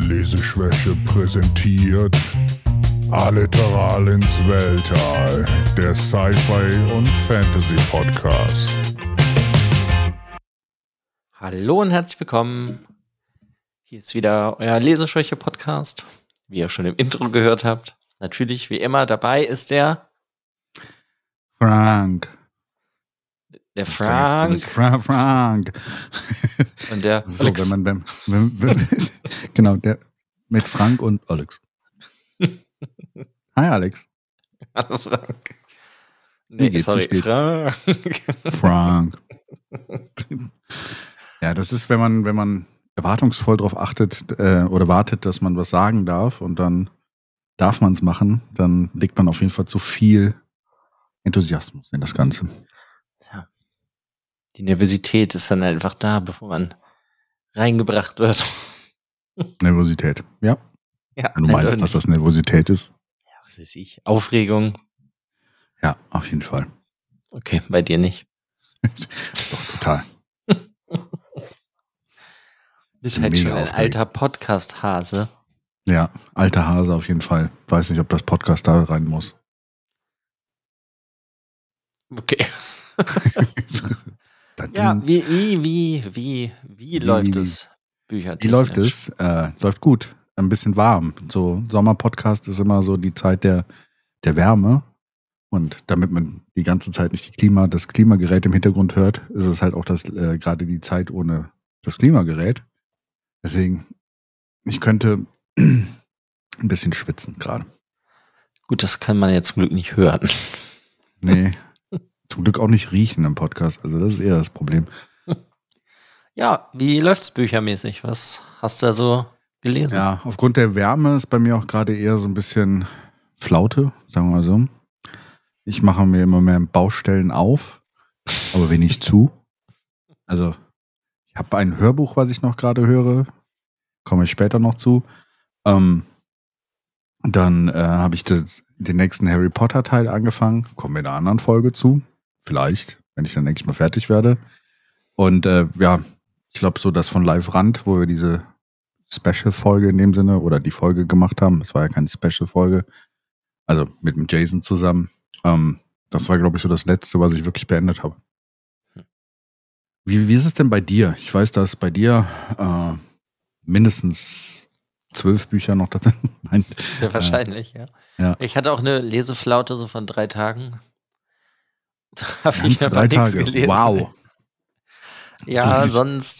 Leseschwäche präsentiert Alliteral ins Weltall, der Sci-Fi und Fantasy Podcast. Hallo und herzlich willkommen. Hier ist wieder euer Leseschwäche-Podcast, wie ihr schon im Intro gehört habt. Natürlich, wie immer, dabei ist der Frank. Der Frank. Frank. Und der so, Alex. wenn genau, der mit Frank und Alex. Hi Alex. Hallo Frank. Wie Nee, geht's? sorry, Wie steht's? Frank. Frank. Ja, das ist, wenn man erwartungsvoll darauf achtet oder wartet, dass man was sagen darf und dann darf man es machen, dann legt man auf jeden Fall zu viel Enthusiasmus in das Ganze. Tja. Die Nervosität ist dann einfach da, bevor man reingebracht wird. Nervosität, ja. Ja, Wenn du meinst, dass das Nervosität ist. Ja, was weiß ich. Aufregung. Ja, auf jeden Fall. Okay, bei dir nicht. Doch, total. Bist halt Mega schon ein aufregend. alter Podcast-Hase. Ja, alter Hase auf jeden Fall. Weiß nicht, ob das Podcast da rein muss. Okay. Dann- Ja, wie läuft es? Bücher. Wie läuft es? Läuft gut. Ein bisschen warm. So Sommerpodcast ist immer so die Zeit der Wärme. Und damit man die ganze Zeit nicht das Klimagerät im Hintergrund hört, ist es halt auch gerade die Zeit ohne das Klimagerät. Deswegen, ich könnte ein bisschen schwitzen gerade. Gut, das kann man jetzt zum Glück nicht hören. Nee, zum Glück auch nicht riechen im Podcast. Also das ist eher das Problem. Ja, wie läuft es büchermäßig? Was hast du da so gelesen? Ja, aufgrund der Wärme ist bei mir auch gerade eher so ein bisschen Flaute, sagen wir mal so. Ich mache mir immer mehr Baustellen auf, aber wenig zu. Also, ich habe ein Hörbuch, was ich noch gerade höre. Komme ich später noch zu. Dann habe ich den nächsten Harry Potter Teil angefangen. Kommen wir in einer anderen Folge zu. Vielleicht, wenn ich dann, denke ich mal, fertig werde. Und ja, ich glaube so das von Live Rand, wo wir diese Special-Folge in dem Sinne oder die Folge gemacht haben. Das war ja keine Special-Folge. Also mit dem Jason zusammen. Das war, glaube ich, so das Letzte, was ich wirklich beendet habe. Wie ist es denn bei dir? Ich weiß, dass bei dir mindestens 12 Bücher noch da sind. Nein. Sehr wahrscheinlich, ja. Ja. Ich hatte auch eine Leseflaute so von 3 Tagen. Da habe ich Ganze aber 3 nichts Tage. gelesen. Wow. Ja, Wirklich? sonst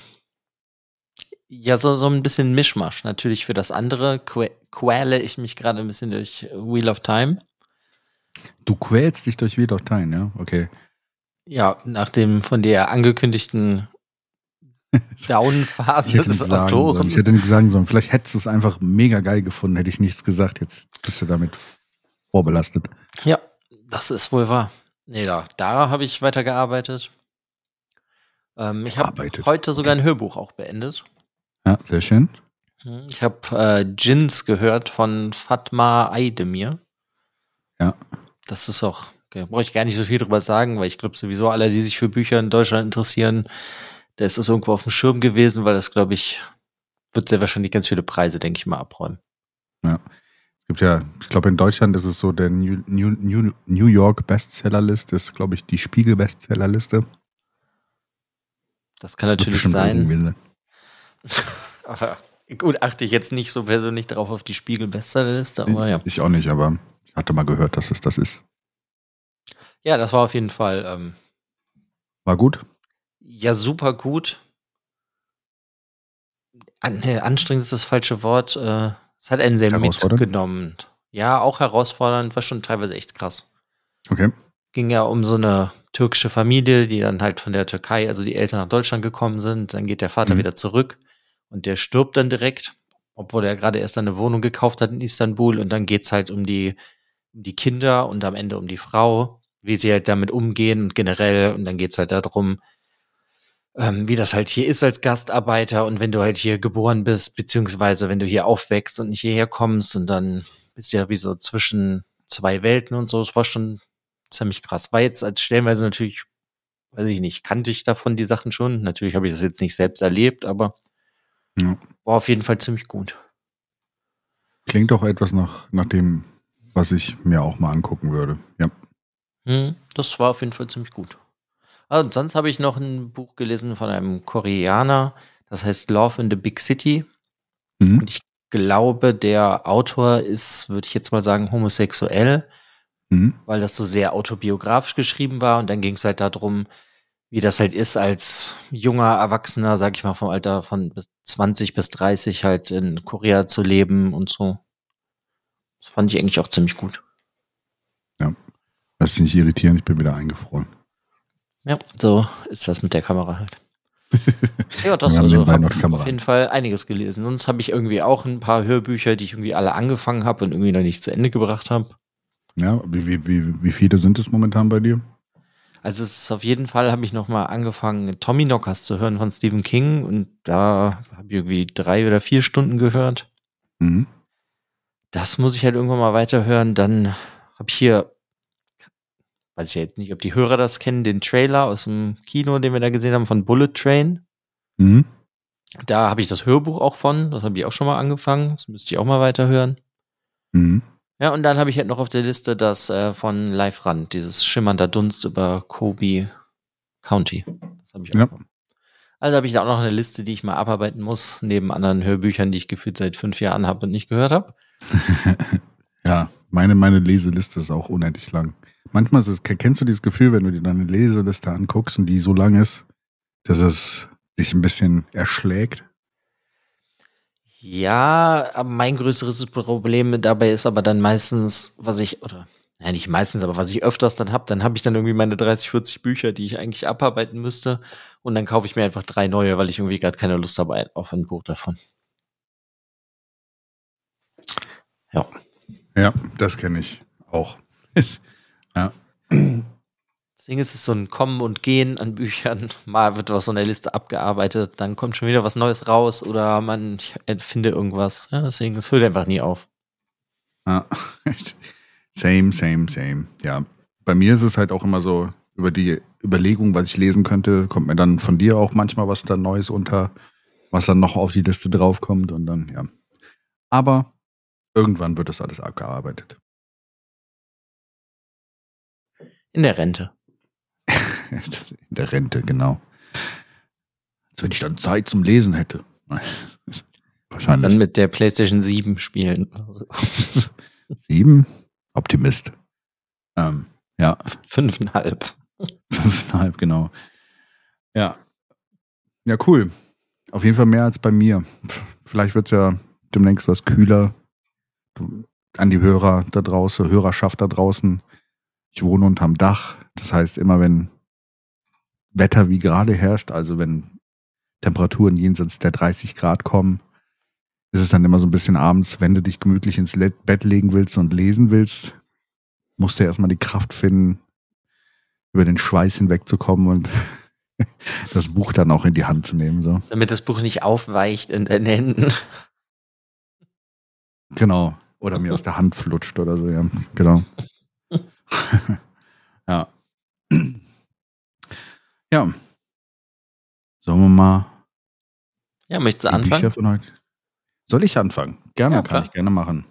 ja, so ein bisschen Mischmasch. Natürlich für das andere quäle ich mich gerade ein bisschen durch Wheel of Time. Du quälst dich durch Wheel of Time, ja? Okay. Ja, nach dem von dir angekündigten Down-Phase des Autoren. Ich hätte nicht sagen sollen. Vielleicht hättest du es einfach mega geil gefunden, hätte ich nichts gesagt. Jetzt bist du damit vorbelastet. Ja, das ist wohl wahr. Nee, da habe ich weitergearbeitet. Ich habe heute sogar ein Hörbuch auch beendet. Ja, sehr schön. Ich habe Djinns gehört von Fatma Aydemir. Ja. Das ist auch, okay, brauche ich gar nicht so viel drüber sagen, weil ich glaube sowieso alle, die sich für Bücher in Deutschland interessieren, da ist das irgendwo auf dem Schirm gewesen, weil das, glaube ich, wird sehr wahrscheinlich ganz viele Preise, denke ich mal, abräumen. Ja. Es gibt ja, ich glaube in Deutschland ist es so, der New York Bestsellerliste ist, glaube ich, die Spiegel Bestsellerliste. Das kann natürlich Wird bestimmt sein. irgendwie sein. Aber gut, achte ich jetzt nicht so persönlich darauf auf die Spiegel-Bestsellerliste, aber ja. Ich auch nicht, aber ich hatte mal gehört, dass es das ist. Ja, das war auf jeden Fall War gut? ja super gut. Anstrengend ist das falsche Wort. Es hat einen sehr mitgenommen. Ja, auch herausfordernd, war schon teilweise echt krass. Okay. Ging ja um so eine türkische Familie, die dann halt von der Türkei, also die Eltern nach Deutschland gekommen sind. Dann geht der Vater wieder zurück und der stirbt dann direkt, obwohl er gerade erst eine Wohnung gekauft hat in Istanbul. Und dann geht's halt um die Kinder und am Ende um die Frau, wie sie halt damit umgehen und generell. Und dann geht's halt darum, wie das halt hier ist als Gastarbeiter und wenn du halt hier geboren bist, beziehungsweise wenn du hier aufwächst und nicht hierher kommst und dann bist du ja wie so zwischen 2 Welten und so. Es war schon ziemlich krass. War jetzt als stellenweise natürlich, weiß ich nicht, kannte ich davon die Sachen schon. Natürlich habe ich das jetzt nicht selbst erlebt, aber Ja. War auf jeden Fall ziemlich gut. Klingt auch etwas nach dem, was ich mir auch mal angucken würde. Ja. Das war auf jeden Fall ziemlich gut. Und sonst habe ich noch ein Buch gelesen von einem Koreaner, das heißt Love in the Big City. Und ich glaube, der Autor ist, würde ich jetzt mal sagen, homosexuell, weil das so sehr autobiografisch geschrieben war. Und dann ging es halt darum, wie das halt ist, als junger Erwachsener, sag ich mal, vom Alter von 20 bis 30 halt in Korea zu leben und so. Das fand ich eigentlich auch ziemlich gut. Ja. Lass dich nicht irritieren, ich bin wieder eingefroren. Ja, so ist das mit der Kamera halt. Ja, das Wir haben also nebenbei habe noch die Kamera auf jeden Fall einiges gelesen. Sonst habe ich irgendwie auch ein paar Hörbücher, die ich irgendwie alle angefangen habe und irgendwie noch nicht zu Ende gebracht habe. Ja, wie viele sind es momentan bei dir? Also es ist auf jeden Fall, habe ich noch mal angefangen, Tommyknockers zu hören von Stephen King und da habe ich irgendwie 3 oder 4 Stunden gehört. Mhm. Das muss ich halt irgendwann mal weiterhören. Dann habe ich hier, weiß ich jetzt nicht, ob die Hörer das kennen, den Trailer aus dem Kino, den wir da gesehen haben, von Bullet Train. Mhm. Da habe ich das Hörbuch auch von, das habe ich auch schon mal angefangen. Das müsste ich auch mal weiterhören. Mhm. Ja, und dann habe ich halt noch auf der Liste das von Live Rand, dieses schimmernder Dunst über Kobe County. Das habe ich auch Ja. noch. Also habe ich da auch noch eine Liste, die ich mal abarbeiten muss, neben anderen Hörbüchern, die ich gefühlt seit 5 Jahren habe und nicht gehört habe. Ja, meine Leseliste ist auch unendlich lang. Manchmal kennst du dieses Gefühl, wenn du dir deine Leseliste anguckst und die so lang ist, dass es dich ein bisschen erschlägt? Ja, aber mein größeres Problem dabei ist aber dann meistens, nicht meistens, aber was ich öfters dann habe ich dann irgendwie meine 30, 40 Bücher, die ich eigentlich abarbeiten müsste und dann kaufe ich mir einfach 3 neue, weil ich irgendwie gerade keine Lust habe auf ein Buch davon. Ja. Ja, das kenne ich auch. Ja. Deswegen ist es so ein Kommen und Gehen an Büchern. Mal wird was von der Liste abgearbeitet, dann kommt schon wieder was Neues raus oder ich finde irgendwas. Ja, deswegen, es hört einfach nie auf. Ja. Same. Ja. Bei mir ist es halt auch immer so, über die Überlegung, was ich lesen könnte, kommt mir dann von dir auch manchmal was dann Neues unter, was dann noch auf die Liste draufkommt und dann, ja. Aber irgendwann wird das alles abgearbeitet. In der Rente. In der Rente, genau. Als wenn ich dann Zeit zum Lesen hätte. Wahrscheinlich. Dann mit der PlayStation 7 spielen. 7? Optimist. Ja. 5,5. 5,5, genau. Ja. Ja, cool. Auf jeden Fall mehr als bei mir. Vielleicht wird es ja demnächst was kühler. An die Hörer da draußen, Hörerschaft da draußen. Ich wohne unterm Dach. Das heißt, immer wenn Wetter wie gerade herrscht, also wenn Temperaturen jenseits der 30 Grad kommen, ist es dann immer so ein bisschen abends, wenn du dich gemütlich ins Bett legen willst und lesen willst, musst du erstmal die Kraft finden, über den Schweiß hinwegzukommen und das Buch dann auch in die Hand zu nehmen. So. Damit das Buch nicht aufweicht in deinen Händen. Genau. Oder mir aus der Hand flutscht oder so, ja. Genau. Ja. Ja. Sollen wir mal. Ja, möchtest du anfangen? Bücher von heute? Soll ich anfangen? Gerne, Ja, kann ich gerne machen.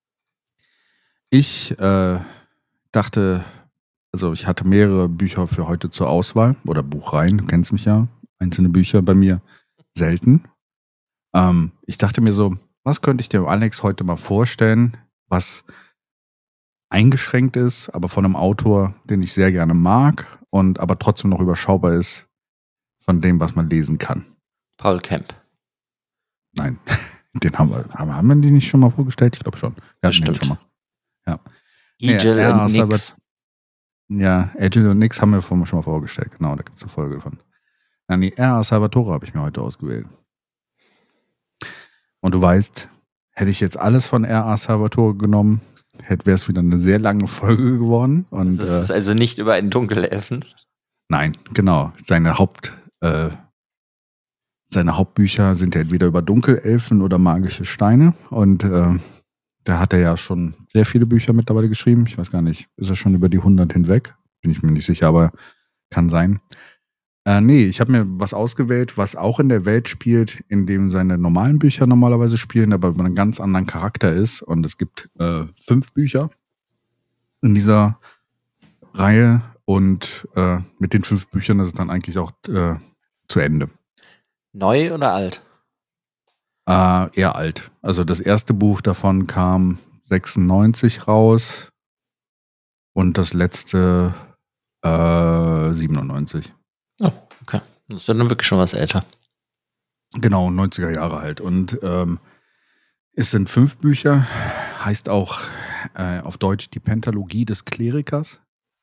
Ich dachte, also ich hatte mehrere Bücher für heute zur Auswahl oder Buchreihen, du kennst mich ja, einzelne Bücher bei mir selten. Ich dachte mir so, was könnte ich dem Alex heute mal vorstellen, was eingeschränkt ist, aber von einem Autor, den ich sehr gerne mag und aber trotzdem noch überschaubar ist von dem, was man lesen kann. Paul Kemp. Nein, den haben wir die nicht schon mal vorgestellt? Ich glaube schon. Ja, Bestimmt. schon mal. Ja. Egil und Nix. Ja, Egil und Nix haben wir schon mal vorgestellt. Genau, da gibt es eine Folge von. Nee, R.A. Salvatore habe ich mir heute ausgewählt. Und du weißt, hätte ich jetzt alles von R.A. Salvatore genommen, wäre es wieder eine sehr lange Folge geworden. Und, Das ist also nicht über einen Dunkelelfen. Nein, genau. Seine Hauptbücher sind ja entweder über Dunkelelfen oder magische Steine. Und da hat er ja schon sehr viele Bücher mittlerweile geschrieben. Ich weiß gar nicht, ist er schon über die 100 hinweg? Bin ich mir nicht sicher, aber kann sein. Nee, ich habe mir was ausgewählt, was auch in der Welt spielt, in dem seine normalen Bücher normalerweise spielen, aber mit einem ganz anderen Charakter ist. Und es gibt 5 Bücher in dieser Reihe und mit den 5 Büchern ist es dann eigentlich auch zu Ende. Neu oder alt? Eher alt. Also das erste Buch davon kam 96 raus und das letzte 97. Oh, okay. Das ist ja dann wirklich schon was älter. Genau, 90er Jahre halt. Und es sind 5 Bücher, heißt auch auf Deutsch die Pentalogie des Klerikers.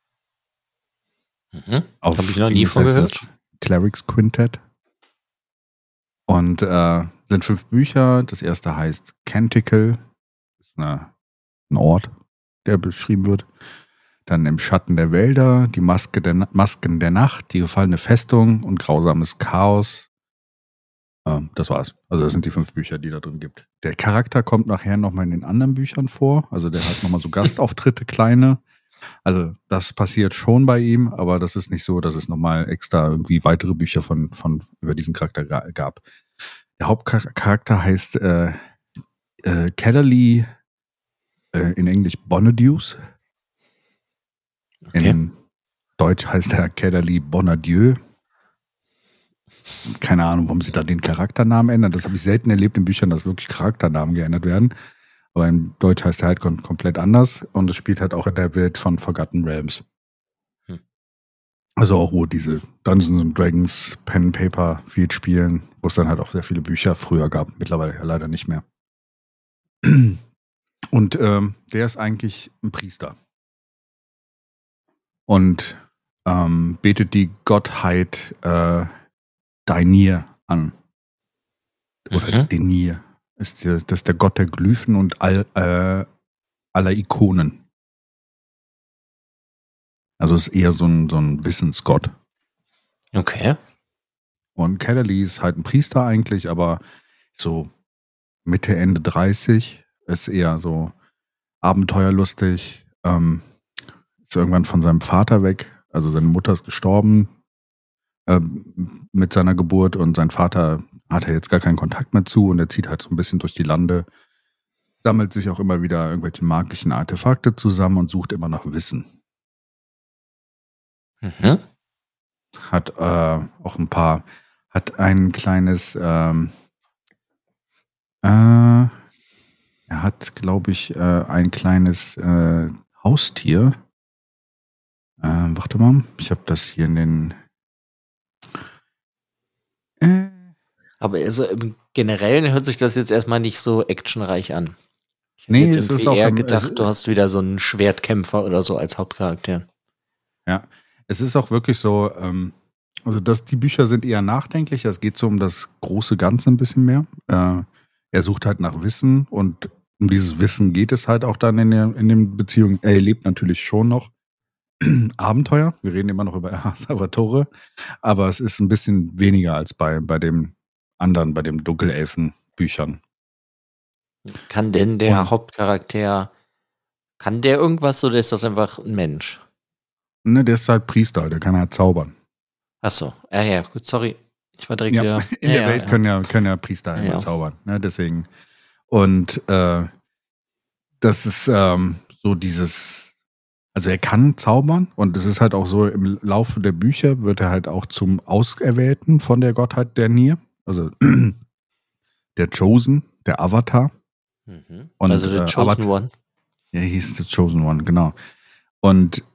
Habe ich noch nie von gehört. Clerics Quintet. Und sind 5 Bücher. Das erste heißt Canticle. Das ist ein Ort, der beschrieben wird. Dann Im Schatten der Wälder, die Masken der Nacht, die gefallene Festung und grausames Chaos. Das war's. Also das sind die 5 Bücher, die da drin gibt. Der Charakter kommt nachher nochmal in den anderen Büchern vor. Also der hat nochmal so Gastauftritte, kleine. Also das passiert schon bei ihm, aber das ist nicht so, dass es nochmal extra irgendwie weitere Bücher von über diesen Charakter gab. Der Hauptcharakter heißt Kellerly, in Englisch Bonaduce. Okay. In Deutsch heißt er Kellerly Bonadieu. Keine Ahnung, warum sie da den Charakternamen ändern. Das habe ich selten erlebt in Büchern, dass wirklich Charakternamen geändert werden. Aber in Deutsch heißt er halt komplett anders und es spielt halt auch in der Welt von Forgotten Realms. Also auch, wo diese Dungeons and Dragons, Pen and Paper viel spielen, wo es dann halt auch sehr viele Bücher früher gab. Mittlerweile ja leider nicht mehr. Und der ist eigentlich ein Priester. Und betet die Gottheit Dainir an. Oder Denir. Das ist der Gott der Glyphen und aller Ikonen. Also ist eher so ein Wissensgott. Okay. Und Kellerly ist halt ein Priester eigentlich, aber so Mitte, Ende 30, ist eher so abenteuerlustig, ist irgendwann von seinem Vater weg, also seine Mutter ist gestorben mit seiner Geburt und sein Vater hat er jetzt gar keinen Kontakt mehr zu und er zieht halt so ein bisschen durch die Lande, sammelt sich auch immer wieder irgendwelche magischen Artefakte zusammen und sucht immer nach Wissen. Hat auch hat ein kleines, er hat, glaube ich, ein kleines Haustier. Warte mal, ich habe das hier in den Aber also im Generellen hört sich das jetzt erstmal nicht so actionreich an. Ich hätte Nee, jetzt es ist irgendwie auch eher gedacht, du hast wieder so einen Schwertkämpfer oder so als Hauptcharakter. Ja, es ist auch wirklich so, also die Bücher sind eher nachdenklich, es geht so um das große Ganze ein bisschen mehr. Er sucht halt nach Wissen und um dieses Wissen geht es halt auch dann in den Beziehungen. Er lebt natürlich schon noch Abenteuer, wir reden immer noch über Salvatore, aber es ist ein bisschen weniger als bei dem anderen, bei den Dunkelelfen-Büchern. Kann denn der Hauptcharakter, kann der irgendwas oder ist das einfach ein Mensch? Ne, der ist halt Priester, der kann halt zaubern. Achso, ja, gut, sorry. Ich war direkt Ja, wieder. in der Welt können ja Priester immer zaubern, ne, deswegen. Und das ist so dieses, also er kann zaubern und es ist halt auch so, im Laufe der Bücher wird er halt auch zum Auserwählten von der Gottheit der Nir, also der Chosen, der Avatar. Und, also der Chosen One. Ja, hieß der Chosen One, genau. Und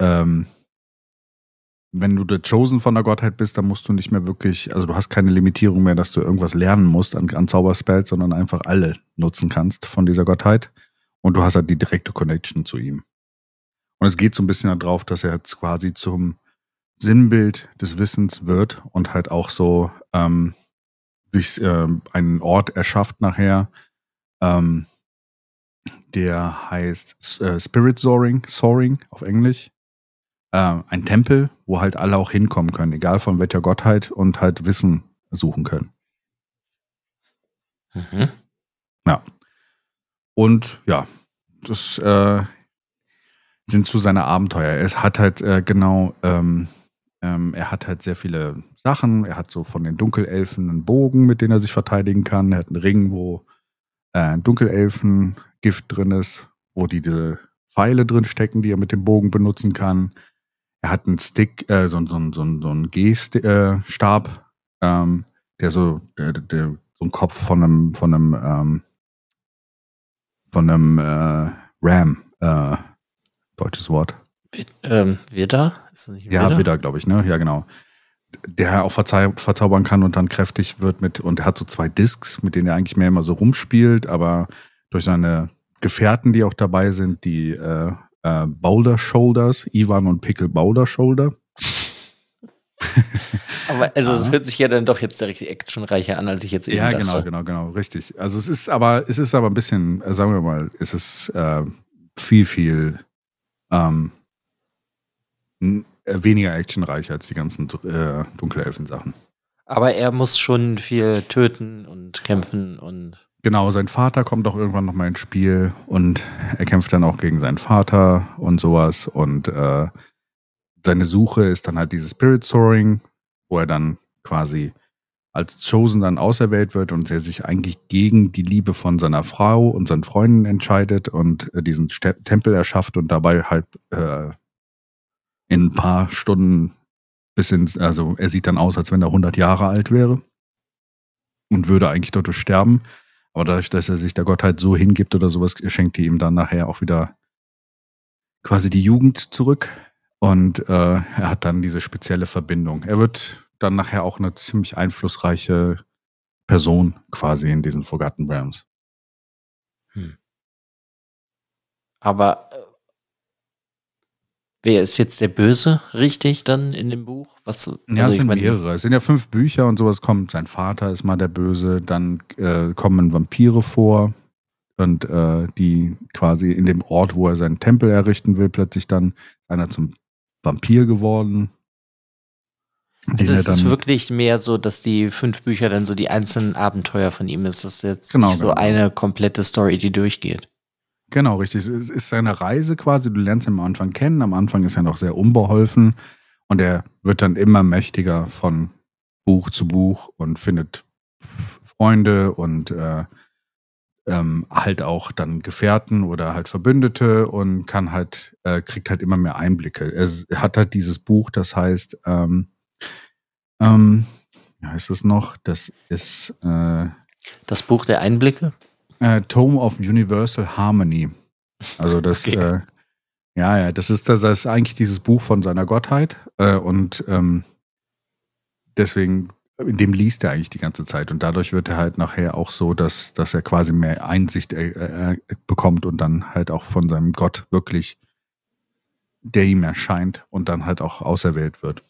wenn du der Chosen von der Gottheit bist, dann musst du nicht mehr wirklich, also du hast keine Limitierung mehr, dass du irgendwas lernen musst an Zauberspells, sondern einfach alle nutzen kannst von dieser Gottheit. Und du hast halt die direkte Connection zu ihm. Und es geht so ein bisschen darauf, dass er jetzt quasi zum Sinnbild des Wissens wird und halt auch so sich einen Ort erschafft nachher, der heißt Spirit Soaring auf Englisch. Ein Tempel, wo halt alle auch hinkommen können, egal von welcher Gottheit und halt Wissen suchen können. Ja. Und ja, das sind so seine Abenteuer. Es hat halt Er hat halt sehr viele Sachen. Er hat so von den Dunkelelfen einen Bogen, mit dem er sich verteidigen kann. Er hat einen Ring, wo ein Dunkelelfen-Gift drin ist, wo diese Pfeile drin stecken, die er mit dem Bogen benutzen kann. Er hat einen Stick, so einen G-Stab, der so ein Kopf von einem Ram, deutsches Wort. Widder? Ist das nicht ein Ja, Widder, glaube ich, ne? Ja, genau. Der auch verzaubern kann und dann kräftig wird und er hat so 2 Discs, mit denen er eigentlich mehr immer so rumspielt, aber durch seine Gefährten, die auch dabei sind, die Boulder Shoulders, Ivan und Pickle Boulder Shoulder. Aber also es hört sich ja dann doch jetzt richtig actionreicher an, als ich jetzt eben dachte. Ja, genau, richtig. Also es ist aber ein bisschen, sagen wir mal, es ist viel weniger actionreich als die ganzen Dunkelelfen-Sachen. Aber er muss schon viel töten und kämpfen und... Genau, sein Vater kommt auch irgendwann nochmal ins Spiel und er kämpft dann auch gegen seinen Vater und sowas und seine Suche ist dann halt dieses Spirit Soaring, wo er dann quasi als Chosen dann auserwählt wird und er sich eigentlich gegen die Liebe von seiner Frau und seinen Freunden entscheidet und diesen Tempel erschafft und dabei halt in ein paar Stunden also er sieht dann aus, als wenn er 100 Jahre alt wäre und würde eigentlich dort sterben. Aber dadurch, dass er sich der Gottheit so hingibt oder sowas, schenkt die ihm dann nachher auch wieder quasi die Jugend zurück. Und er hat dann diese spezielle Verbindung. Er wird dann nachher auch eine ziemlich einflussreiche Person quasi in diesen Forgotten Realms. Aber wer ist jetzt der Böse, richtig, dann in dem Buch? Es sind mehrere. Es sind ja 5 Bücher und sowas kommt. Sein Vater ist mal der Böse, dann kommen Vampire vor und die quasi in dem Ort, wo er seinen Tempel errichten will, plötzlich dann einer zum Vampir geworden. Also es ist wirklich mehr so, dass die 5 Bücher dann so die einzelnen Abenteuer von ihm ist. Das ist jetzt nicht so eine komplette Story, die durchgeht. Genau, richtig. Es ist seine Reise quasi. Du lernst ihn am Anfang kennen. Am Anfang ist er noch sehr unbeholfen. Und er wird dann immer mächtiger von Buch zu Buch und findet Freunde und halt auch dann Gefährten oder halt Verbündete und kann halt, kriegt halt immer mehr Einblicke. Er hat halt dieses Buch, das heißt, wie heißt es noch? Das ist das Buch der Einblicke? Tome of Universal Harmony. Also das, Okay. Das ist eigentlich dieses Buch von seiner Gottheit und deswegen, in dem liest er eigentlich die ganze Zeit und dadurch wird er halt nachher auch so, dass er quasi mehr Einsicht bekommt und dann halt auch von seinem Gott wirklich, der ihm erscheint und dann halt auch auserwählt wird.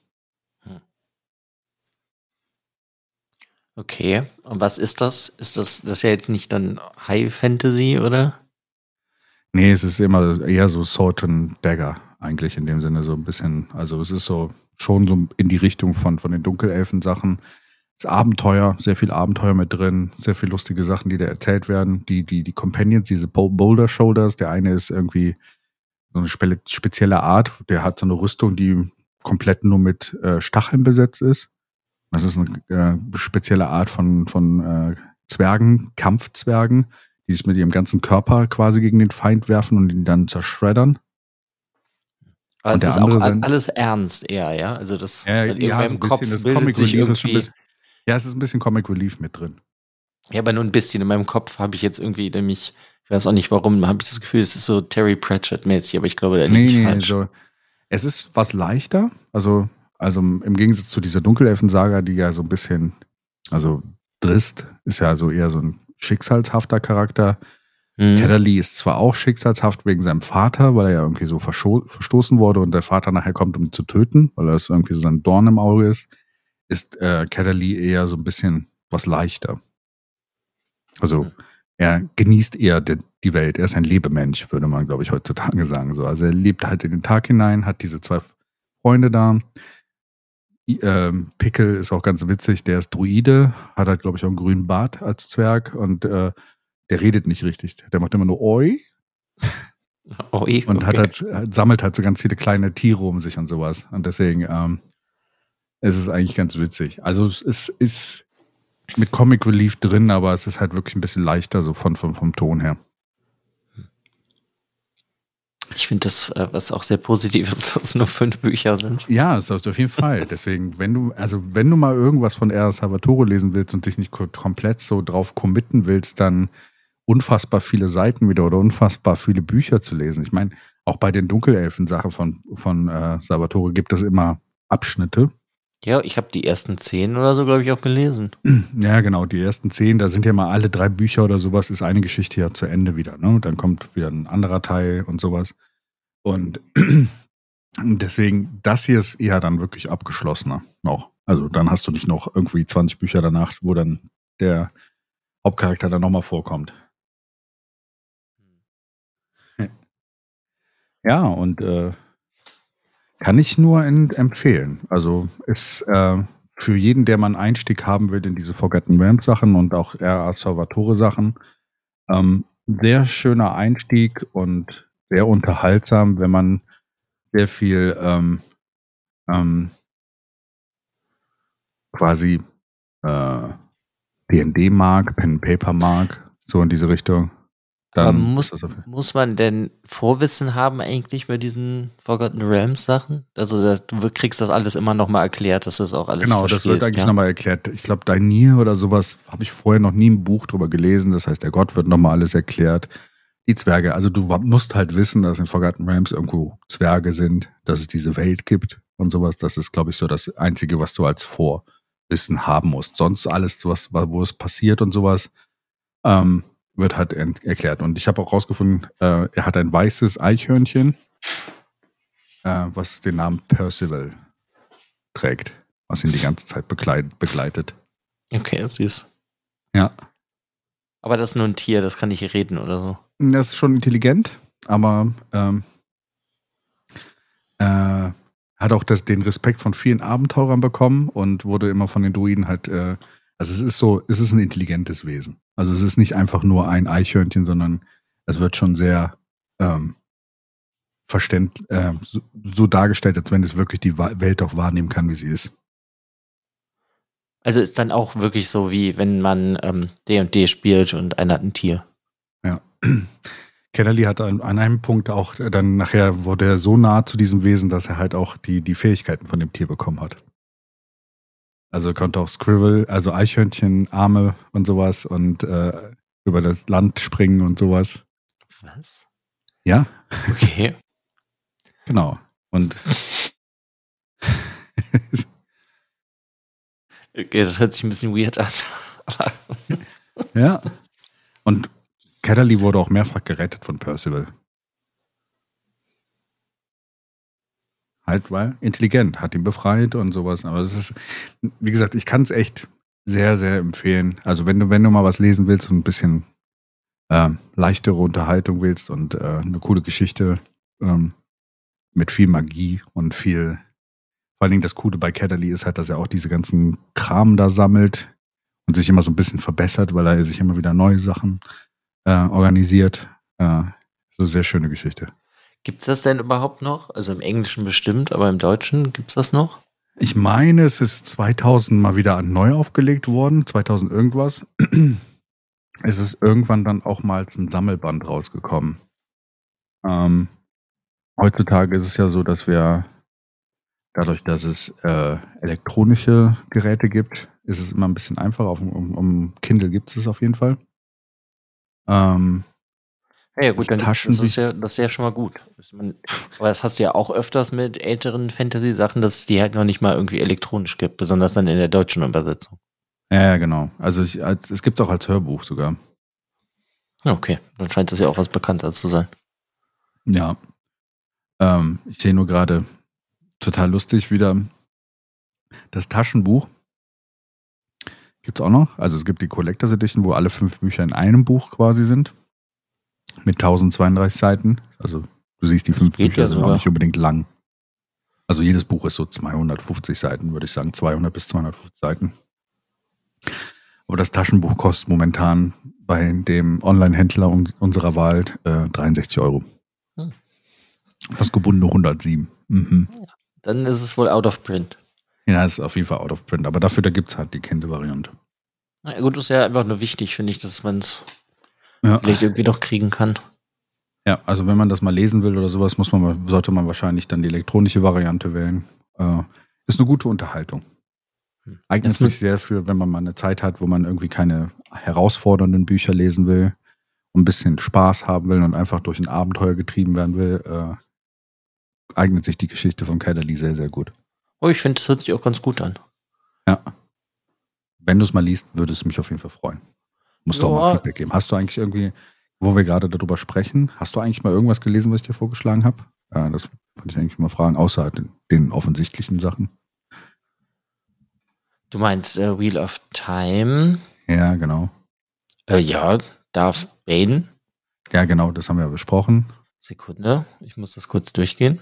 Okay, und was ist das? Ist das ja jetzt nicht dann High Fantasy, oder? Nee, es ist immer eher so Sword and Dagger eigentlich in dem Sinne so ein bisschen. Also es ist so schon so in die Richtung von den Dunkelelfen-Sachen. Es ist Abenteuer, sehr viel Abenteuer mit drin, sehr viel lustige Sachen, die da erzählt werden. Die Companions, diese Boulder Shoulders, der eine ist irgendwie so eine spezielle Art, der hat so eine Rüstung, die komplett nur mit Stacheln besetzt ist. Das ist eine spezielle Art von Zwergen, Kampfzwergen, die sich mit ihrem ganzen Körper quasi gegen den Feind werfen und ihn dann zerschreddern. Aber es ist auch alles ernst eher, ja? Also das so ein bisschen das Comic Relief ist schon ein bisschen, es ist ein bisschen Comic Relief mit drin. Ja, aber nur ein bisschen. In meinem Kopf habe ich jetzt irgendwie nämlich, ich weiß auch nicht warum, habe ich das Gefühl, es ist so Terry Pratchett-mäßig, aber ich glaube, da liegt ich falsch. So, es ist was leichter, also im Gegensatz zu dieser Dunkelelfen-Saga, die ja so ein bisschen, also Drizzt ist ja so eher so ein schicksalshafter Charakter. Ketterly ist zwar auch schicksalshaft wegen seinem Vater, weil er ja irgendwie so verstoßen wurde und der Vater nachher kommt, um ihn zu töten, weil das irgendwie so sein Dorn im Auge ist Ketterly eher so ein bisschen was leichter. Also er genießt eher die Welt. Er ist ein Lebemensch, würde man, glaube ich, heutzutage sagen. So. Also er lebt halt in den Tag hinein, hat diese 2 Freunde da. Pickle ist auch ganz witzig, der ist Druide, hat halt, glaube ich, auch einen grünen Bart als Zwerg und der redet nicht richtig. Der macht immer nur Oi. Oi, und sammelt halt so ganz viele kleine Tiere um sich und sowas. Und deswegen Es ist eigentlich ganz witzig. Also es ist mit Comic Relief drin, aber es ist halt wirklich ein bisschen leichter so vom Ton her. Ich finde das, was auch sehr positiv ist, dass es nur 5 Bücher sind. Ja, ist auf jeden Fall. Deswegen, wenn du mal irgendwas von R. Salvatore lesen willst und dich nicht komplett so drauf committen willst, dann unfassbar viele Seiten wieder oder unfassbar viele Bücher zu lesen. Ich meine, auch bei den Dunkelelfen-Sachen von Salvatore gibt es immer Abschnitte. Ja, ich habe die ersten 10 oder so, glaube ich, auch gelesen. Ja, genau, die ersten 10, da sind ja mal alle 3 Bücher oder sowas, ist eine Geschichte ja zu Ende wieder, ne? Dann kommt wieder ein anderer Teil und sowas. Und deswegen, das hier ist eher dann wirklich abgeschlossener noch. Also dann hast du nicht noch irgendwie 20 Bücher danach, wo dann der Hauptcharakter dann nochmal vorkommt. Ja, und kann ich nur empfehlen. Also ist für jeden, der mal einen Einstieg haben will in diese Forgotten Realms Sachen und auch R.A. Salvatore Sachen, sehr schöner Einstieg und sehr unterhaltsam, wenn man sehr viel quasi D&D mag, Pen and Paper mag, so in diese Richtung. Dann muss man denn Vorwissen haben eigentlich bei diesen Forgotten Realms Sachen? Also du kriegst das alles immer nochmal erklärt, dass das auch alles genau, das wird eigentlich nochmal erklärt. Ich glaube, Dainir oder sowas habe ich vorher noch nie ein Buch drüber gelesen. Das heißt, der Gott wird nochmal alles erklärt. Die Zwerge, also du musst halt wissen, dass in Forgotten Realms irgendwo Zwerge sind, dass es diese Welt gibt und sowas. Das ist, glaube ich, so das Einzige, was du als Vorwissen haben musst. Sonst alles, wo es passiert und sowas, wird halt erklärt. Und ich habe auch rausgefunden, er hat ein weißes Eichhörnchen, was den Namen Percival trägt, was ihn die ganze Zeit begleitet. Okay, süß. Ja. Aber das ist nur ein Tier, das kann nicht reden oder so. Das ist schon intelligent, aber hat auch den Respekt von vielen Abenteurern bekommen und wurde immer von den Druiden halt, also es ist ein intelligentes Wesen. Also es ist nicht einfach nur ein Eichhörnchen, sondern es wird schon sehr so dargestellt, als wenn es wirklich die Welt auch wahrnehmen kann, wie sie ist. Also ist dann auch wirklich so, wie wenn man D&D spielt und einer hat ein Tier. Ja. Kennerly hat an einem Punkt auch, dann nachher wurde er so nah zu diesem Wesen, dass er halt auch die Fähigkeiten von dem Tier bekommen hat. Also er konnte auch Scribble, also Eichhörnchen, Arme und sowas und über das Land springen und sowas. Was? Ja. Okay. Genau. Und okay, das hört sich ein bisschen weird an. ja. Und Kennerly wurde auch mehrfach gerettet von Percival. Halt, weil intelligent, hat ihn befreit und sowas. Aber das ist, wie gesagt, ich kann es echt sehr, sehr empfehlen. Also wenn du mal was lesen willst und ein bisschen leichtere Unterhaltung willst und eine coole Geschichte mit viel Magie und viel, vor allen Dingen das Coole bei Kennerly ist halt, dass er auch diese ganzen Kram da sammelt und sich immer so ein bisschen verbessert, weil er sich immer wieder neue Sachen organisiert. So eine sehr schöne Geschichte. Gibt es das denn überhaupt noch? Also im Englischen bestimmt, aber im Deutschen gibt es das noch? Ich meine, es ist 2000 mal wieder neu aufgelegt worden, 2000 irgendwas. Es ist irgendwann dann auch mal als ein Sammelband rausgekommen. Heutzutage ist es ja so, dass wir dadurch, dass es elektronische Geräte gibt, ist es immer ein bisschen einfacher. Um Kindle gibt es auf jeden Fall. Ja gut, dann das ist ja schon mal gut. Aber das hast du ja auch öfters mit älteren Fantasy-Sachen, dass es die halt noch nicht mal irgendwie elektronisch gibt, besonders dann in der deutschen Übersetzung. Ja, genau. Also es gibt es auch als Hörbuch sogar. Okay, dann scheint das ja auch was Bekannter zu sein. Ja. Ich sehe nur gerade total lustig wieder das Taschenbuch. Gibt's auch noch. Also es gibt die Collectors Edition, wo alle 5 Bücher in einem Buch quasi sind. Mit 1032 Seiten. Also du siehst, die 5 Bücher sind auch nicht unbedingt lang. Also jedes Buch ist so 250 Seiten, würde ich sagen. 200 bis 250 Seiten. Aber das Taschenbuch kostet momentan bei dem Online-Händler unserer Wahl 63 €. Das gebundene 107. Mhm. Dann ist es wohl out of print. Ja, ist auf jeden Fall out of print. Aber dafür, da gibt es halt die Kindle-Variante. Na gut, ist ja einfach nur wichtig, finde ich, dass man es Ja. vielleicht irgendwie noch kriegen kann. Ja, also wenn man das mal lesen will oder sowas, sollte man wahrscheinlich dann die elektronische Variante wählen. Ist eine gute Unterhaltung. Eignet sich sehr für, wenn man mal eine Zeit hat, wo man irgendwie keine herausfordernden Bücher lesen will und ein bisschen Spaß haben will und einfach durch ein Abenteuer getrieben werden will, eignet sich die Geschichte von Keiderli sehr, sehr gut. Oh, ich finde, das hört sich auch ganz gut an. Ja. Wenn du es mal liest, würde es mich auf jeden Fall freuen. Musst du auch mal Feedback geben. Hast du eigentlich irgendwie, wo wir gerade darüber sprechen, hast du eigentlich mal irgendwas gelesen, was ich dir vorgeschlagen habe? Das wollte ich eigentlich mal fragen, außer den offensichtlichen Sachen. Du meinst Wheel of Time? Ja, genau. Ja, Darth Bane. Ja, genau, das haben wir ja besprochen. Sekunde, ich muss das kurz durchgehen.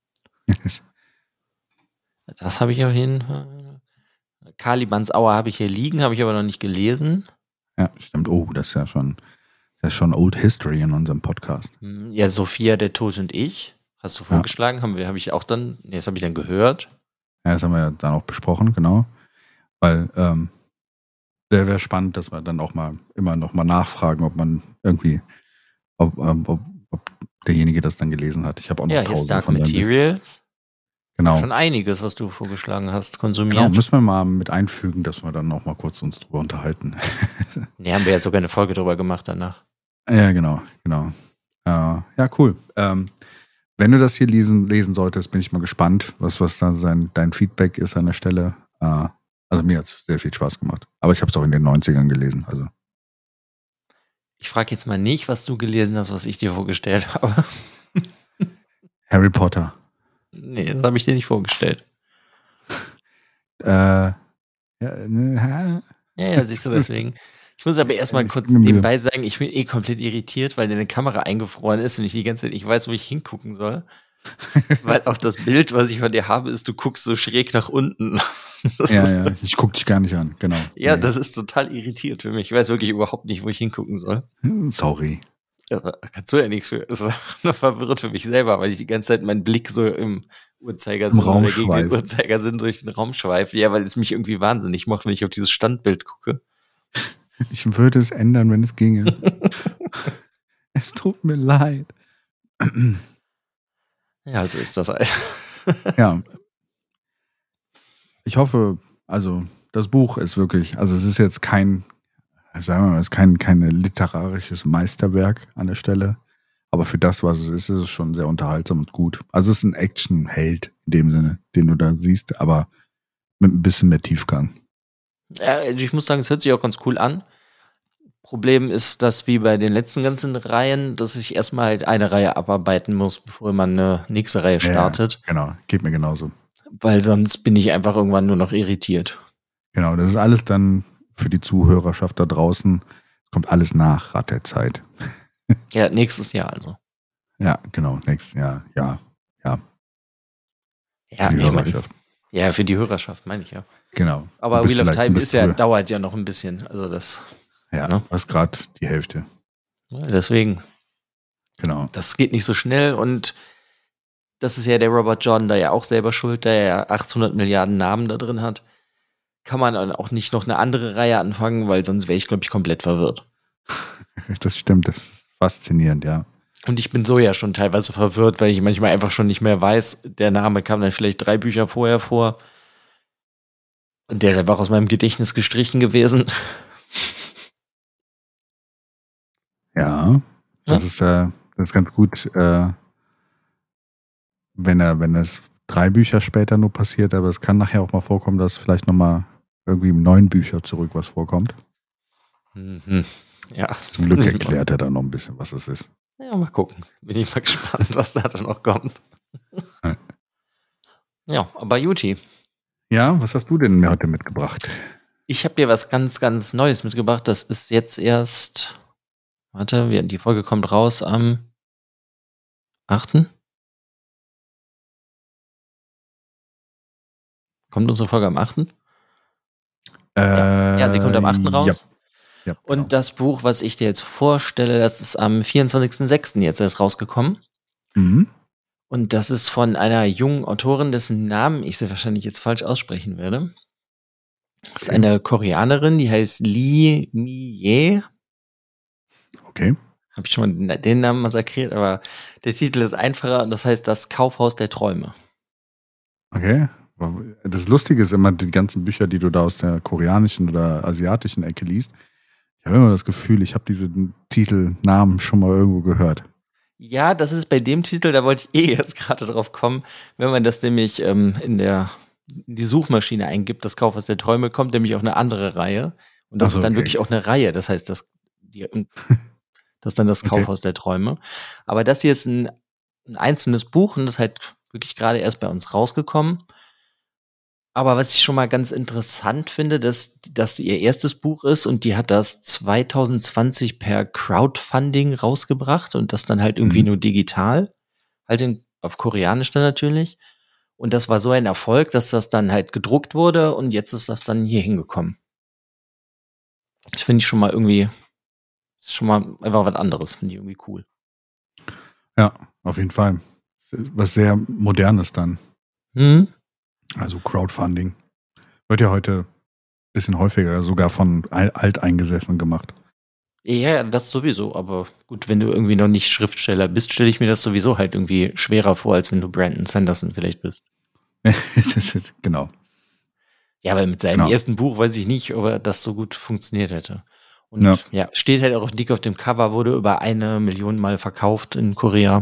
Das habe ich auch hin. Kalibans Auer habe ich hier liegen, habe ich aber noch nicht gelesen. Ja, stimmt. Oh, das ist ja schon Old History in unserem Podcast. Ja, Sophia, der Tod und ich. Hast du vorgeschlagen? Habe ich auch dann, das habe ich dann gehört. Ja, das haben wir ja dann auch besprochen, genau. Weil wäre spannend, dass wir dann auch immer noch mal nachfragen, ob man irgendwie, ob derjenige das dann gelesen hat. Ich habe auch noch hier ist Dark Materials. Genau. Schon einiges, was du vorgeschlagen hast, konsumiert. Genau, müssen wir mal mit einfügen, dass wir dann noch mal kurz uns drüber unterhalten. Ne, haben wir ja sogar eine Folge drüber gemacht danach. Ja, genau. Ja, cool. Wenn du das hier lesen solltest, bin ich mal gespannt, was da dein Feedback ist an der Stelle. Also mir hat es sehr viel Spaß gemacht. Aber ich habe es auch in den 90ern gelesen. Also. Ich frage jetzt mal nicht, was du gelesen hast, was ich dir vorgestellt habe. Harry Potter. Nee, das habe ich dir nicht vorgestellt. Ja, siehst du, deswegen. Ich muss aber erstmal kurz nebenbei sagen, ich bin komplett irritiert, weil deine Kamera eingefroren ist und ich die ganze Zeit nicht weiß, wo ich hingucken soll. Weil auch das Bild, was ich von dir habe, ist, du guckst so schräg nach unten. Ja, ich gucke dich gar nicht an, genau. Ja, das ist total irritiert für mich. Ich weiß wirklich überhaupt nicht, wo ich hingucken soll. Sorry. Ja, kannst du ja nichts für. Das ist einfach nur verwirrt für mich selber, weil ich die ganze Zeit meinen Blick so im Uhrzeigersinn oder gegen den Uhrzeigersinn durch den Raum schweife. Ja, weil es mich irgendwie wahnsinnig macht, wenn ich auf dieses Standbild gucke. Ich würde es ändern, wenn es ginge. Es tut mir leid. Ja, so ist das halt. Ja. Ich hoffe, also das Buch ist wirklich, also es ist jetzt kein literarisches Meisterwerk an der Stelle, aber für das, was es ist es schon sehr unterhaltsam und gut. Also es ist ein Action-Held in dem Sinne, den du da siehst, aber mit ein bisschen mehr Tiefgang. Ja, also ich muss sagen, es hört sich auch ganz cool an. Problem ist, dass wie bei den letzten ganzen Reihen, dass ich erstmal halt eine Reihe abarbeiten muss, bevor man eine nächste Reihe startet. Ja, genau, geht mir genauso. Weil sonst bin ich einfach irgendwann nur noch irritiert. Genau, das ist alles dann für die Zuhörerschaft da draußen, kommt alles nach Rat der Zeit. Ja, nächstes Jahr also. Ja, genau, nächstes Jahr, ja. Ja, für die Hörerschaft. Ja, für die Hörerschaft meine ich ja. Genau. Aber Wheel of Time dauert ja noch ein bisschen. Also das. Ja, was gerade die Hälfte. Ja, deswegen. Genau. Das geht nicht so schnell und das ist ja der Robert Jordan da ja auch selber schuld, der ja 800 Milliarden Namen da drin hat. Kann man dann auch nicht noch eine andere Reihe anfangen, weil sonst wäre ich, glaube ich, komplett verwirrt. Das stimmt, das ist faszinierend, ja. Und ich bin so ja schon teilweise verwirrt, weil ich manchmal einfach schon nicht mehr weiß, der Name kam dann vielleicht 3 Bücher vorher vor. Und der ist einfach aus meinem Gedächtnis gestrichen gewesen. Ja, das ist ganz gut, wenn es 3 Bücher später nur passiert, aber es kann nachher auch mal vorkommen, dass vielleicht nochmal irgendwie im 9 Bücher zurück was vorkommt. Mhm. Ja. Zum Glück erklärt er dann noch ein bisschen, was es ist. Ja, mal gucken. Bin ich mal gespannt, was da dann noch kommt. Ja, aber Juti. Ja, was hast du denn mir heute mitgebracht? Ich habe dir was ganz, ganz Neues mitgebracht. Das ist jetzt erst, die Folge kommt raus am 8. Kommt unsere Folge am 8.? Ja, sie kommt am 8. raus. Ja, genau. Und das Buch, was ich dir jetzt vorstelle, das ist am 24.06. jetzt erst rausgekommen. Mhm. Und das ist von einer jungen Autorin, dessen Namen ich sehr wahrscheinlich jetzt falsch aussprechen werde. Das ist eine Koreanerin, die heißt Lee Mi-ye. Okay. Habe ich schon mal den Namen massakriert, aber der Titel ist einfacher und das heißt Das Kaufhaus der Träume. Okay. Das Lustige ist immer, die ganzen Bücher, die du da aus der koreanischen oder asiatischen Ecke liest, ich habe immer das Gefühl, ich habe diese Titelnamen schon mal irgendwo gehört. Ja, das ist bei dem Titel, da wollte ich jetzt gerade drauf kommen, wenn man das nämlich in die Suchmaschine eingibt, das Kaufhaus der Träume, kommt nämlich auch eine andere Reihe. Und das ist dann wirklich auch eine Reihe. Das heißt, das ist dann das Kaufhaus der Träume. Aber das hier ist ein einzelnes Buch und das ist halt wirklich gerade erst bei uns rausgekommen. Aber was ich schon mal ganz interessant finde, dass das ihr erstes Buch ist und die hat das 2020 per Crowdfunding rausgebracht und das dann halt irgendwie nur digital, halt auf Koreanisch dann natürlich. Und das war so ein Erfolg, dass das dann halt gedruckt wurde und jetzt ist das dann hier hingekommen. Das finde ich schon mal irgendwie, ist schon mal einfach was anderes, finde ich irgendwie cool. Ja, auf jeden Fall. Was sehr Modernes dann. Also Crowdfunding. Wird ja heute ein bisschen häufiger sogar von Alteingesessenen gemacht. Ja, das sowieso, aber gut, wenn du irgendwie noch nicht Schriftsteller bist, stelle ich mir das sowieso halt irgendwie schwerer vor, als wenn du Brandon Sanderson vielleicht bist. Genau. Ja, weil mit seinem ersten Buch weiß ich nicht, ob das so gut funktioniert hätte. Und ja, steht halt auch dick auf dem Cover, wurde über 1 Million Mal verkauft in Korea.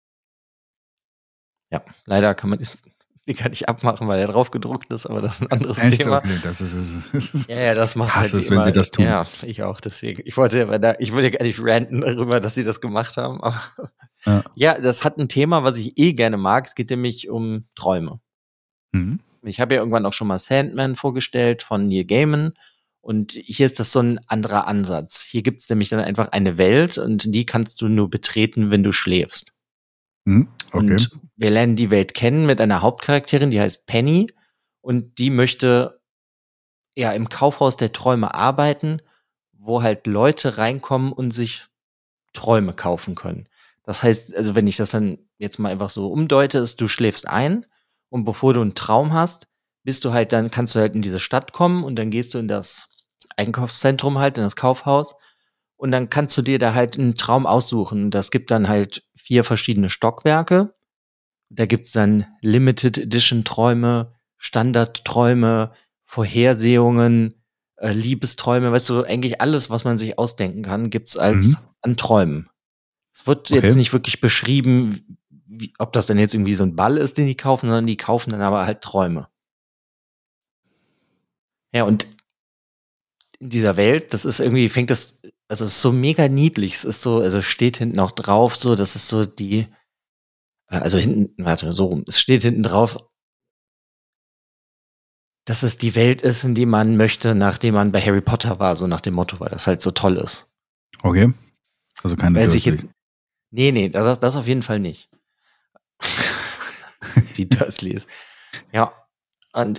Ja, leider kann man das Sticker nicht abmachen, weil er drauf gedruckt ist, aber das ist ein anderes Thema. Okay, das ist ja, das macht halt es, wenn sie das tun. Ja, ich auch, deswegen. Ich wollte ja gar nicht ranten darüber, dass sie das gemacht haben, aber ja, das hat ein Thema, was ich gerne mag. Es geht nämlich um Träume. Ich habe ja irgendwann auch schon mal Sandman vorgestellt von Neil Gaiman und hier ist das so ein anderer Ansatz. Hier gibt es nämlich dann einfach eine Welt und die kannst du nur betreten, wenn du schläfst. Okay. Und wir lernen die Welt kennen mit einer Hauptcharakterin, die heißt Penny und die möchte ja im Kaufhaus der Träume arbeiten, wo halt Leute reinkommen und sich Träume kaufen können. Das heißt, also wenn ich das dann jetzt mal einfach so umdeute, ist, du schläfst ein und bevor du einen Traum hast, kannst du halt in diese Stadt kommen und dann gehst du in das Einkaufszentrum halt, in das Kaufhaus und dann kannst du dir da halt einen Traum aussuchen. Das gibt dann halt 4 verschiedene Stockwerke. Da gibt's dann Limited Edition Träume, Standardträume, Vorhersehungen, Liebesträume, weißt du, eigentlich alles, was man sich ausdenken kann, gibt's als an Träumen. Es wird jetzt nicht wirklich beschrieben, ob das dann jetzt irgendwie so ein Ball ist, den die kaufen, sondern die kaufen dann aber halt Träume. Ja, und in dieser Welt, das ist irgendwie, es ist so mega niedlich, es ist so, also steht hinten auch drauf, so, das ist so es steht hinten drauf, dass es die Welt ist, in die man möchte, nachdem man bei Harry Potter war, so nach dem Motto, weil das halt so toll ist. Okay. Also keine Dursley. Nee, das auf jeden Fall nicht. Die Dursleys. Ja, und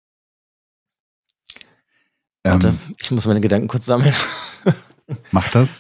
warte, ich muss meine Gedanken kurz sammeln. Mach das.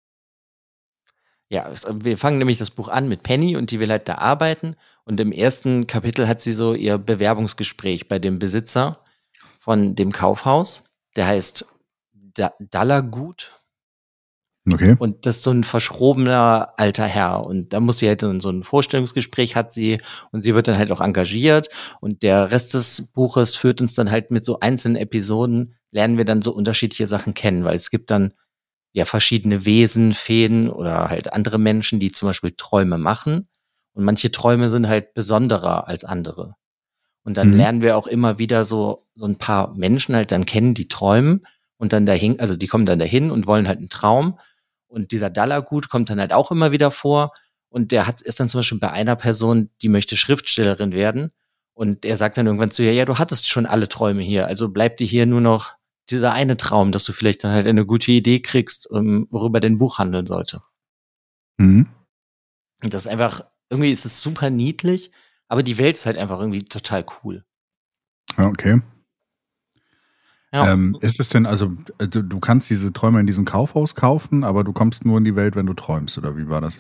Ja, wir fangen nämlich das Buch an mit Penny und die will halt da arbeiten und im ersten Kapitel hat sie so ihr Bewerbungsgespräch bei dem Besitzer von dem Kaufhaus. Der heißt Dallergut. Okay. Und das ist so ein verschrobener alter Herr und da muss sie halt so ein Vorstellungsgespräch hat sie und sie wird dann halt auch engagiert und der Rest des Buches führt uns dann halt mit so einzelnen Episoden, lernen wir dann so unterschiedliche Sachen kennen, weil es gibt dann ja verschiedene Wesen, Feen oder halt andere Menschen, die zum Beispiel Träume machen und manche Träume sind halt besonderer als andere. Und dann lernen wir auch immer wieder so ein paar Menschen halt dann kennen, die träumen und dann die kommen dann dahin und wollen halt einen Traum. Und dieser Dallergut kommt dann halt auch immer wieder vor. Und ist dann zum Beispiel bei einer Person, die möchte Schriftstellerin werden. Und er sagt dann irgendwann zu ihr, ja, du hattest schon alle Träume hier. Also bleibt dir hier nur noch dieser eine Traum, dass du vielleicht dann halt eine gute Idee kriegst, worüber dein Buch handeln sollte. Und das ist einfach, irgendwie ist es super niedlich, aber die Welt ist halt einfach irgendwie total cool. Okay. Ja. Ist es denn, also du kannst diese Träume in diesem Kaufhaus kaufen, aber du kommst nur in die Welt, wenn du träumst, oder wie war das?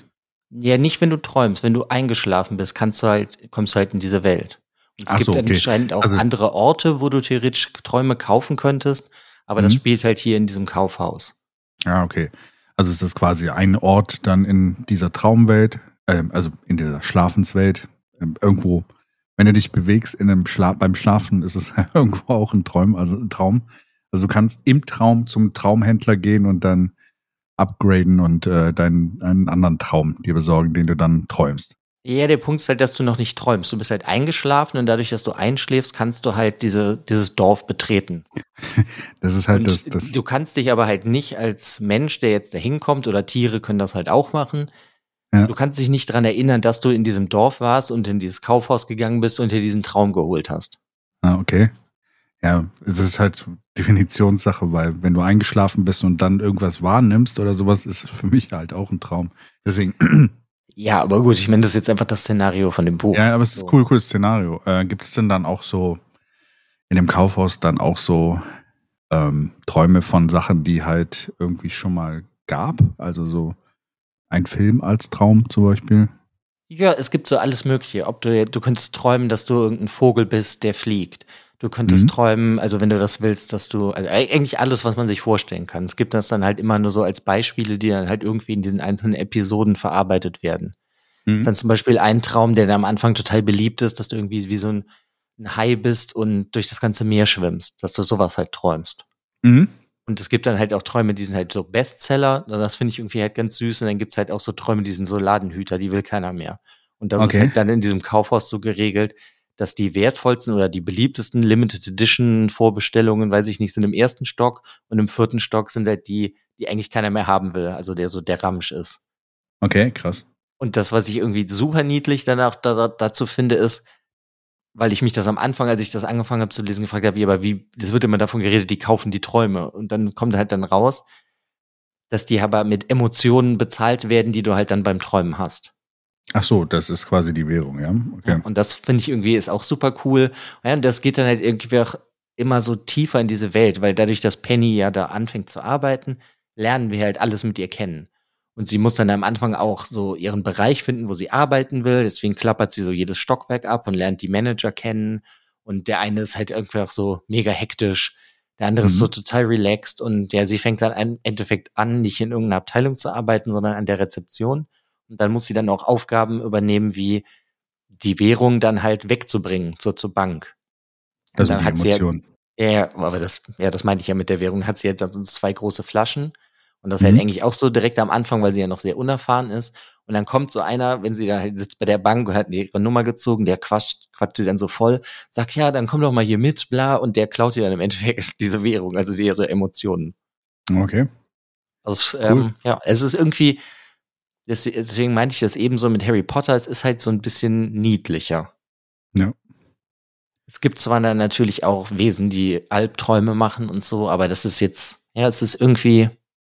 Ja, nicht, wenn du träumst. Wenn du eingeschlafen bist, kommst du halt in diese Welt. Und es Ach gibt so, okay. anscheinend auch Also, andere Orte, wo du theoretisch Träume kaufen könntest, aber das mhm. spielt halt hier in diesem Kaufhaus. Ja, okay. Also es ist quasi ein Ort dann in dieser Traumwelt, also in dieser Schlafenswelt, irgendwo. Wenn du dich bewegst beim Schlafen, ist es irgendwo auch ein Traum. Also du kannst im Traum zum Traumhändler gehen und dann upgraden und einen anderen Traum dir besorgen, den du dann träumst. Ja, der Punkt ist halt, dass du noch nicht träumst. Du bist halt eingeschlafen und dadurch, dass du einschläfst, kannst du halt dieses Dorf betreten. Das ist halt Und du kannst dich aber halt nicht als Mensch, der jetzt da hinkommt, oder Tiere können das halt auch machen. Ja. Du kannst dich nicht dran erinnern, dass du in diesem Dorf warst und in dieses Kaufhaus gegangen bist und dir diesen Traum geholt hast. Ah, okay. Ja, das ist halt Definitionssache, weil wenn du eingeschlafen bist und dann irgendwas wahrnimmst oder sowas, ist es für mich halt auch ein Traum. Deswegen. Ja, aber gut, ich meine, das ist jetzt einfach das Szenario von dem Buch. Ja, aber es ist ein cooles Szenario. Gibt es denn dann auch so in dem Kaufhaus dann auch so Träume von Sachen, die halt irgendwie schon mal gab? Also so ein Film als Traum zum Beispiel? Ja, es gibt so alles Mögliche. Du könntest träumen, dass du irgendein Vogel bist, der fliegt. Du könntest träumen, also wenn du das willst, also eigentlich alles, was man sich vorstellen kann. Es gibt das dann halt immer nur so als Beispiele, die dann halt irgendwie in diesen einzelnen Episoden verarbeitet werden. Das ist dann zum Beispiel ein Traum, der dann am Anfang total beliebt ist, dass du irgendwie wie so ein Hai bist und durch das ganze Meer schwimmst, dass du sowas halt träumst. Mhm. Und es gibt dann halt auch Träume, die sind halt so Bestseller. Das finde ich irgendwie halt ganz süß. Und dann gibt's halt auch so Träume, die sind so Ladenhüter, die will keiner mehr. Und das ist halt dann in diesem Kaufhaus so geregelt, dass die wertvollsten oder die beliebtesten Limited Edition Vorbestellungen, weiß ich nicht, sind im 1. Stock und im 4. Stock sind halt die eigentlich keiner mehr haben will. Also der so der Ramsch ist. Okay, krass. Und das, was ich irgendwie super niedlich danach dazu finde, ist, weil ich mich das am Anfang, als ich das angefangen habe zu lesen, gefragt habe, das wird immer davon geredet, die kaufen die Träume. Und dann kommt halt dann raus, dass die aber mit Emotionen bezahlt werden, die du halt dann beim Träumen hast. Ach so, das ist quasi die Währung, ja? Okay. Ja, und das finde ich irgendwie ist auch super cool. Ja, und das geht dann halt irgendwie auch immer so tiefer in diese Welt, weil dadurch, dass Penny ja da anfängt zu arbeiten, lernen wir halt alles mit ihr kennen. Und sie muss dann am Anfang auch so ihren Bereich finden, wo sie arbeiten will. Deswegen klappert sie so jedes Stockwerk ab und lernt die Manager kennen. Und der eine ist halt irgendwie auch so mega hektisch. Der andere ist so total relaxed. Und ja, sie fängt dann im Endeffekt an, nicht in irgendeiner Abteilung zu arbeiten, sondern an der Rezeption. Und dann muss sie dann auch Aufgaben übernehmen, wie die Währung dann halt wegzubringen zur Bank. Und Also dann die hat Emotion. aber das meinte ich ja mit der Währung, hat sie jetzt also 2 große Flaschen. Und das halt eigentlich auch so direkt am Anfang, weil sie ja noch sehr unerfahren ist. Und dann kommt so einer, wenn sie da halt sitzt bei der Bank und hat ihre Nummer gezogen, der quatscht sie dann so voll, sagt, ja, dann komm doch mal hier mit, bla, und der klaut ihr dann im Endeffekt diese Währung, also die so Emotionen. Okay. Also, Cool. ja, es ist irgendwie, deswegen meinte ich das ebenso mit Harry Potter, es ist halt so ein bisschen niedlicher. Ja. Es gibt zwar dann natürlich auch Wesen, die Albträume machen und so, aber das ist jetzt, ja, es ist irgendwie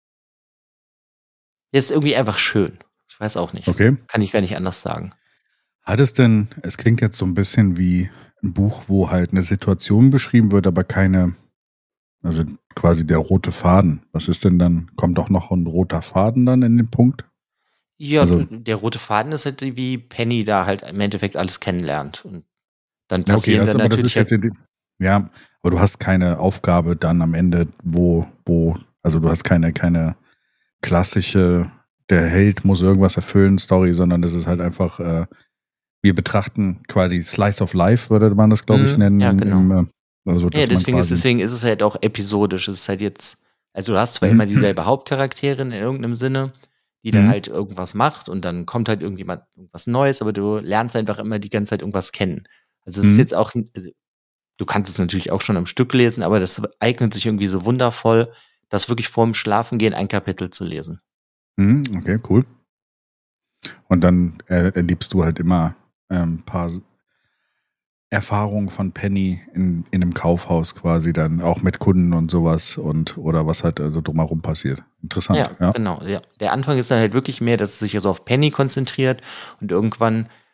einfach schön. Ich weiß auch nicht. Okay. Kann ich gar nicht anders sagen. Es klingt jetzt so ein bisschen wie ein Buch, wo halt eine Situation beschrieben wird, aber also quasi der rote Faden. Was ist denn dann? Kommt doch noch ein roter Faden dann in den Punkt? Ja, Also, der rote Faden ist halt wie Penny da halt im Endeffekt alles kennenlernt. Und dann passieren dann natürlich. Ja, aber du hast keine Aufgabe dann am Ende, also du hast keine klassische, der Held muss irgendwas erfüllen, Story, sondern das ist halt einfach, wir betrachten quasi Slice of Life, würde man das, glaube ich, nennen. Ja, genau. Deswegen ist es halt auch episodisch. Es ist halt jetzt, also du hast zwar immer dieselbe Hauptcharakterin in irgendeinem Sinne, die dann halt irgendwas macht und dann kommt halt irgendjemand irgendwas Neues, aber du lernst einfach immer die ganze Zeit irgendwas kennen. Also es ist jetzt auch, also, du kannst es natürlich auch schon am Stück lesen, aber das eignet sich irgendwie so wundervoll, das wirklich vorm Schlafengehen ein Kapitel zu lesen. Okay, cool. Und dann erlebst du halt immer ein paar Erfahrungen von Penny in einem Kaufhaus quasi dann, auch mit Kunden und sowas oder was halt also drumherum passiert. Interessant. Ja, genau. Ja. Der Anfang ist dann halt wirklich mehr, dass es sich also auf Penny konzentriert und irgendwann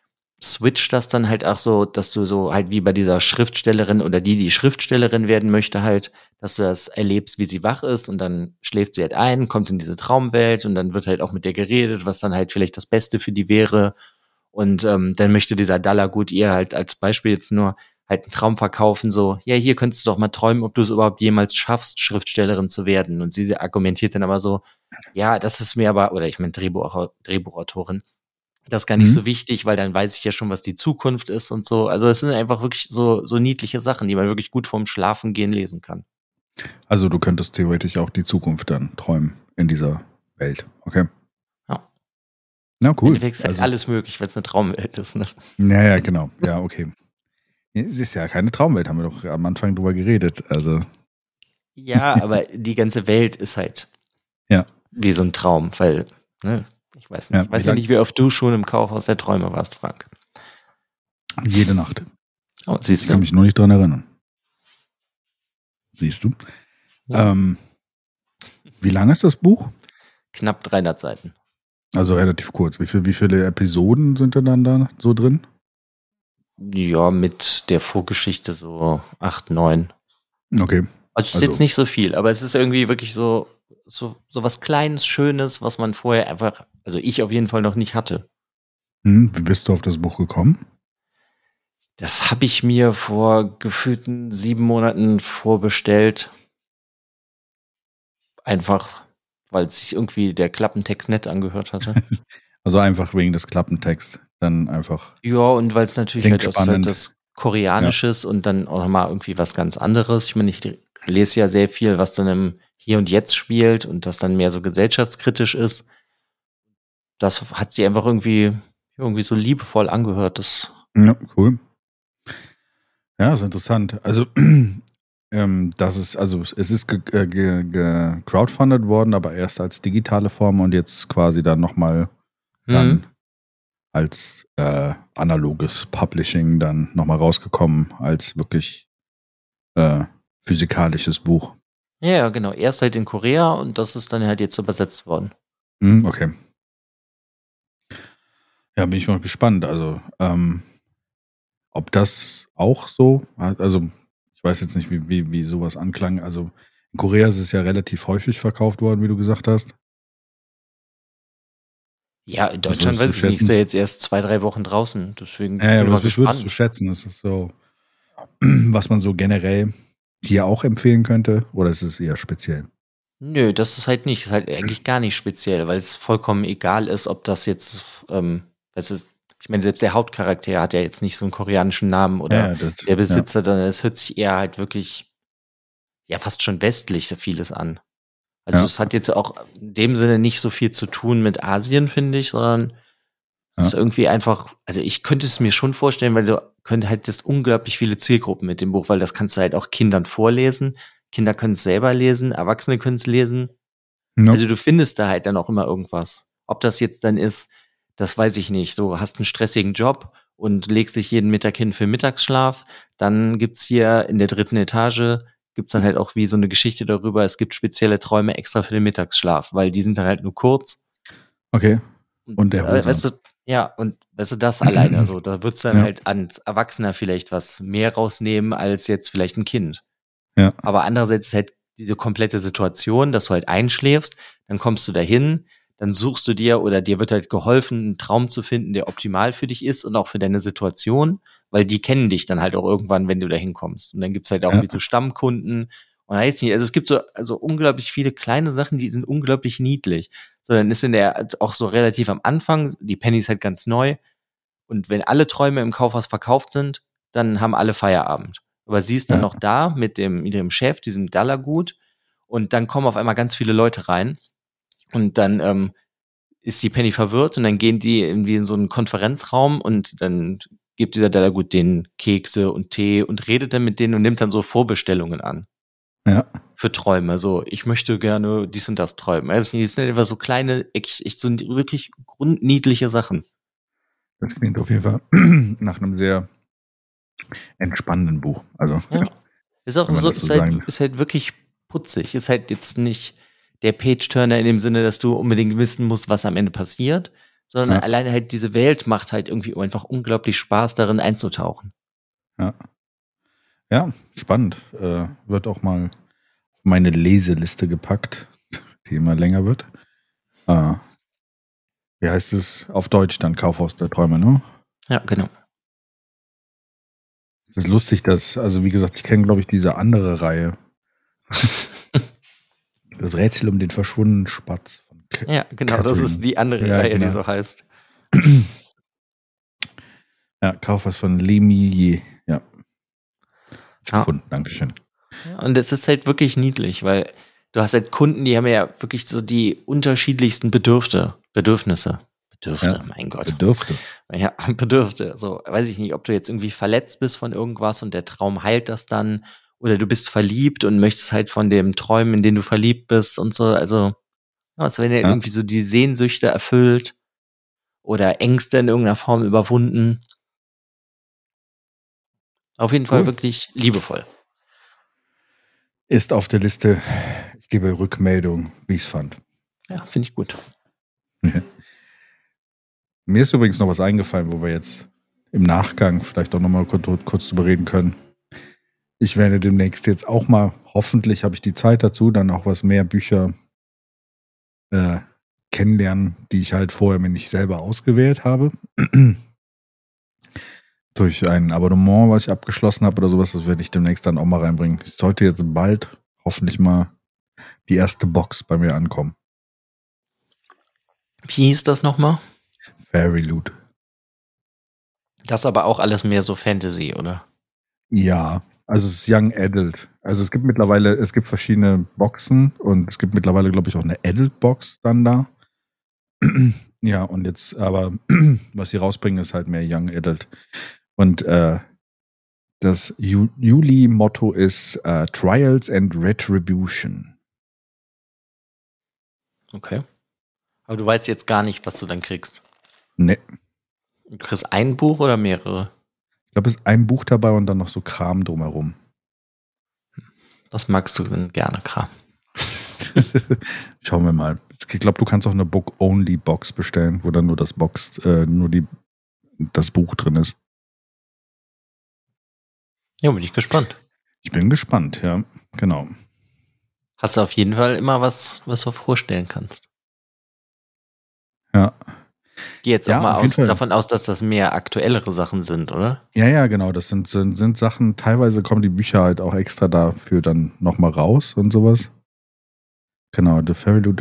switcht das dann halt auch so, dass du so halt wie bei dieser Schriftstellerin oder die Schriftstellerin werden möchte halt, dass du das erlebst, wie sie wach ist und dann schläft sie halt ein, kommt in diese Traumwelt und dann wird halt auch mit der geredet, was dann halt vielleicht das Beste für die wäre. Und dann möchte dieser Dalagut ihr halt als Beispiel jetzt nur halt einen Traum verkaufen, so, ja, hier könntest du doch mal träumen, ob du es überhaupt jemals schaffst, Schriftstellerin zu werden. Und sie argumentiert dann aber so, ja, das ist mir aber, oder ich meine Drehbuchautorin, das ist gar nicht so wichtig, weil dann weiß ich ja schon, was die Zukunft ist und so. Also es sind einfach wirklich so niedliche Sachen, die man wirklich gut vorm Schlafengehen lesen kann. Also du könntest theoretisch auch die Zukunft dann träumen in dieser Welt, okay? Ja. Na cool. Im Endeffekt ist halt alles möglich, wenn es eine Traumwelt ist, ne? Ja, genau. Ja, okay. Es ist ja keine Traumwelt, haben wir doch am Anfang drüber geredet. Also. Ja, aber die ganze Welt ist halt wie so ein Traum, weil, ne, ich weiß nicht. Ich weiß ja nicht, wie oft du schon im Kaufhaus der Träume warst, Frank. Jede Nacht. Oh, siehst du? Ich kann mich nur nicht dran erinnern. Siehst du? Ja. Wie lang ist das Buch? Knapp 300 Seiten. Also relativ kurz. Wie viele Episoden sind denn dann da so drin? Ja, mit der Vorgeschichte so 8, 9. Okay. Also es ist jetzt nicht so viel, aber es ist irgendwie wirklich so was Kleines, Schönes, was man vorher einfach, also ich auf jeden Fall noch nicht hatte. Wie bist du auf das Buch gekommen? Das habe ich mir vor gefühlten 7 Monaten vorbestellt. Einfach, weil sich irgendwie der Klappentext nett angehört hatte. Also einfach wegen des Klappentexts. Dann einfach. Ja, und weil es natürlich halt auch halt das Koreanisches und dann auch nochmal irgendwie was ganz anderes. Ich meine, ich lese ja sehr viel, was dann im Hier und Jetzt spielt und das dann mehr so gesellschaftskritisch ist. Das hat sich einfach irgendwie so liebevoll angehört. Ja, cool. Ja, ist interessant. Also, es ist crowdfunded worden, aber erst als digitale Form und jetzt quasi dann nochmal dann als analoges Publishing dann nochmal rausgekommen, als wirklich physikalisches Buch. Ja, genau. Erst halt in Korea und das ist dann halt jetzt übersetzt worden. Okay. Ja, bin ich mal gespannt. Also, ob das auch so, also ich weiß jetzt nicht, wie sowas anklang. Also in Korea ist es ja relativ häufig verkauft worden, wie du gesagt hast. Ja, in Deutschland weiß ich nicht, ist ja jetzt erst 2, 3 Wochen draußen, deswegen bin ich mal gespannt. Was würdest du schätzen? Ist es so, was man so generell hier auch empfehlen könnte, oder ist es eher speziell? Nö, das ist halt nicht, ist halt eigentlich gar nicht speziell, weil es vollkommen egal ist, ob das jetzt, ich meine, selbst der Hauptcharakter hat ja jetzt nicht so einen koreanischen Namen oder der Besitzer, dann es hört sich eher halt wirklich, ja, fast schon westlich vieles an. Also es hat jetzt auch in dem Sinne nicht so viel zu tun mit Asien, finde ich, sondern es ist irgendwie einfach, also ich könnte es mir schon vorstellen, weil du hättest unglaublich viele Zielgruppen mit dem Buch, weil das kannst du halt auch Kindern vorlesen. Kinder können es selber lesen, Erwachsene können es lesen. No. Also du findest da halt dann auch immer irgendwas. Ob das jetzt dann ist, das weiß ich nicht. Du hast einen stressigen Job und legst dich jeden Mittag hin für Mittagsschlaf. Dann gibt's hier in der 3. Etage gibt's dann halt auch wie so eine Geschichte darüber, es gibt spezielle Träume extra für den Mittagsschlaf, weil die sind dann halt nur kurz. Okay. Und der weißt du, ja, und weißt du, das alleine, also da wird's dann halt als Erwachsener vielleicht was mehr rausnehmen als jetzt vielleicht ein Kind. Ja. Aber andererseits ist halt diese komplette Situation, dass du halt einschläfst, dann kommst du dahin, dann suchst du dir oder dir wird halt geholfen, einen Traum zu finden, der optimal für dich ist und auch für deine Situation, weil die kennen dich dann halt auch irgendwann, wenn du da hinkommst. Und dann gibt's halt auch wie so Stammkunden und weiß nicht, also es gibt so unglaublich viele kleine Sachen, die sind unglaublich niedlich. So, dann ist in der auch so relativ am Anfang, die Penny ist halt ganz neu und wenn alle Träume im Kaufhaus verkauft sind, dann haben alle Feierabend. Aber sie ist dann noch da mit ihrem Chef, diesem Dalagut, und dann kommen auf einmal ganz viele Leute rein und dann ist die Penny verwirrt und dann gehen die irgendwie in so einen Konferenzraum und dann gibt dieser Dalagut denen Kekse und Tee und redet dann mit denen und nimmt dann so Vorbestellungen an. Ja. Für Träume. So, ich möchte gerne dies und das träumen. Also, die sind einfach so kleine, echt so wirklich grundniedliche Sachen. Das klingt auf jeden Fall nach einem sehr entspannenden Buch. Also, ist auch so, ist halt wirklich putzig. Ist halt jetzt nicht der Page-Turner in dem Sinne, dass du unbedingt wissen musst, was am Ende passiert, sondern alleine halt diese Welt macht halt irgendwie einfach unglaublich Spaß, darin einzutauchen. Ja, spannend. Wird auch mal auf meine Leseliste gepackt, die immer länger wird. Wie heißt es auf Deutsch dann? Kaufhaus der Träume, ne? Ja, genau. Das ist lustig, also wie gesagt, ich kenne, glaube ich, diese andere Reihe. Das Rätsel um den verschwundenen Spatz. Ja, genau, Catherine. das ist die andere Reihe, die so heißt. Ja, Kaufhaus von Lemie. Ja. Gefunden, Dankeschön. Ja, und es ist halt wirklich niedlich, weil du hast halt Kunden, die haben ja wirklich so die unterschiedlichsten Bedürfnisse. Mein Gott. Bedürfte. So, weiß ich nicht, ob du jetzt irgendwie verletzt bist von irgendwas und der Traum heilt das dann, oder du bist verliebt und möchtest halt von dem Träumen, in den du verliebt bist und so. Also, was wenn er irgendwie so die Sehnsüchte erfüllt oder Ängste in irgendeiner Form überwunden. Auf jeden Fall wirklich liebevoll. Ist auf der Liste. Ich gebe Rückmeldung, wie ich es fand. Ja, finde ich gut. Mir ist übrigens noch was eingefallen, wo wir jetzt im Nachgang vielleicht auch nochmal kurz drüber reden können. Ich werde demnächst jetzt auch mal, hoffentlich habe ich die Zeit dazu, dann auch was mehr Bücher kennenlernen, die ich halt vorher mir nicht selber ausgewählt habe. Durch ein Abonnement, was ich abgeschlossen habe oder sowas, das werde ich demnächst dann auch mal reinbringen. Es sollte jetzt bald hoffentlich mal die erste Box bei mir ankommen. Wie hieß das nochmal? Fairy Loot. Das ist aber auch alles mehr so Fantasy, oder? Ja, also es ist Young Adult. Also es gibt verschiedene Boxen und es gibt mittlerweile, glaube ich, auch eine Adult-Box dann da. Ja, und jetzt aber, was sie rausbringen, ist halt mehr Young Adult. Und das Juli-Motto ist Trials and Retribution. Okay. Aber du weißt jetzt gar nicht, was du dann kriegst. Ne. Du kriegst ein Buch oder mehrere? Ich glaube, es ist ein Buch dabei und dann noch so Kram drumherum. Das magst du dann gerne, Kram. Schauen wir mal. Ich glaube, du kannst auch eine Book-Only-Box bestellen, wo dann nur das Buch drin ist. Ja, bin ich gespannt. Ich bin gespannt, ja. Genau. Hast du auf jeden Fall immer was du vorstellen kannst. Ja. Geh jetzt auch mal davon aus, dass das mehr aktuellere Sachen sind, oder? Ja, genau. Das sind Sachen, teilweise kommen die Bücher halt auch extra dafür dann nochmal raus und sowas. Genau, The Fairy Loot,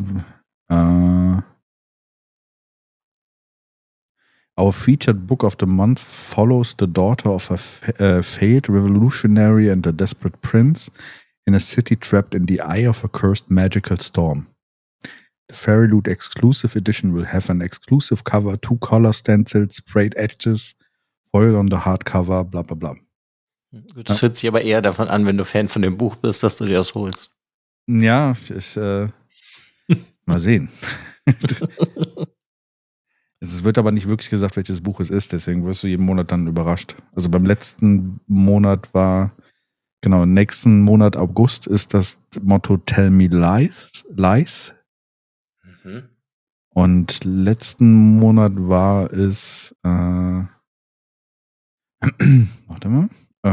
Our featured book of the month follows the daughter of a failed revolutionary and a desperate prince in a city trapped in the eye of a cursed magical storm. The Fairy Loot exclusive edition will have an exclusive cover, 2 color stencils, sprayed edges, foil on the hardcover, bla bla bla. Das hört sich aber eher davon an, wenn du Fan von dem Buch bist, dass du dir das holst. Ja, mal sehen. Es wird aber nicht wirklich gesagt, welches Buch es ist, deswegen wirst du jeden Monat dann überrascht. Also beim letzten Monat nächsten Monat August ist das Motto Tell Me Lies. Mhm. Und letzten Monat war es warte mal.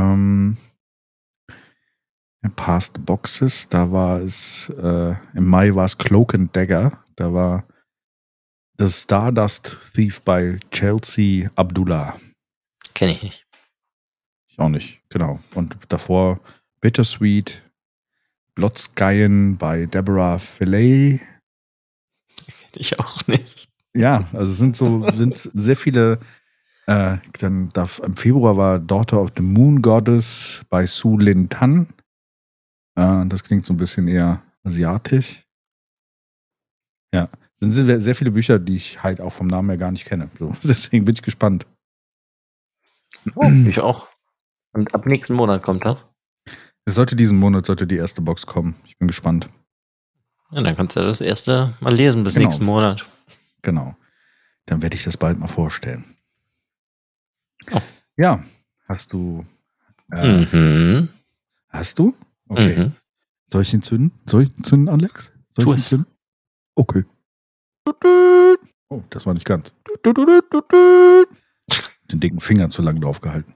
Past Boxes, da war es im Mai war es Cloak and Dagger, da war The Stardust Thief bei Chelsea Abdullah. Kenne ich nicht. Ich auch nicht, genau. Und davor Bittersweet, Bloodskyen bei Deborah Filley. Kenne ich auch nicht. Ja, also sind sehr viele. Dann im Februar war Daughter of the Moon Goddess bei Su Lin Tan. Das klingt so ein bisschen eher asiatisch. Ja, sind sehr viele Bücher, die ich halt auch vom Namen her gar nicht kenne. So, deswegen bin ich gespannt. Oh, ich auch. Und ab nächsten Monat kommt das? Diesen Monat die erste Box kommen. Ich bin gespannt. Ja, dann kannst du das erste mal lesen bis nächsten Monat. Genau. Dann werde ich das bald mal vorstellen. Oh. Ja, hast du? Hast du? Okay. Mhm. Soll ich ihn zünden? Alex? Tu es. Okay. Oh, das war nicht ganz. Den dicken Finger zu lang drauf gehalten.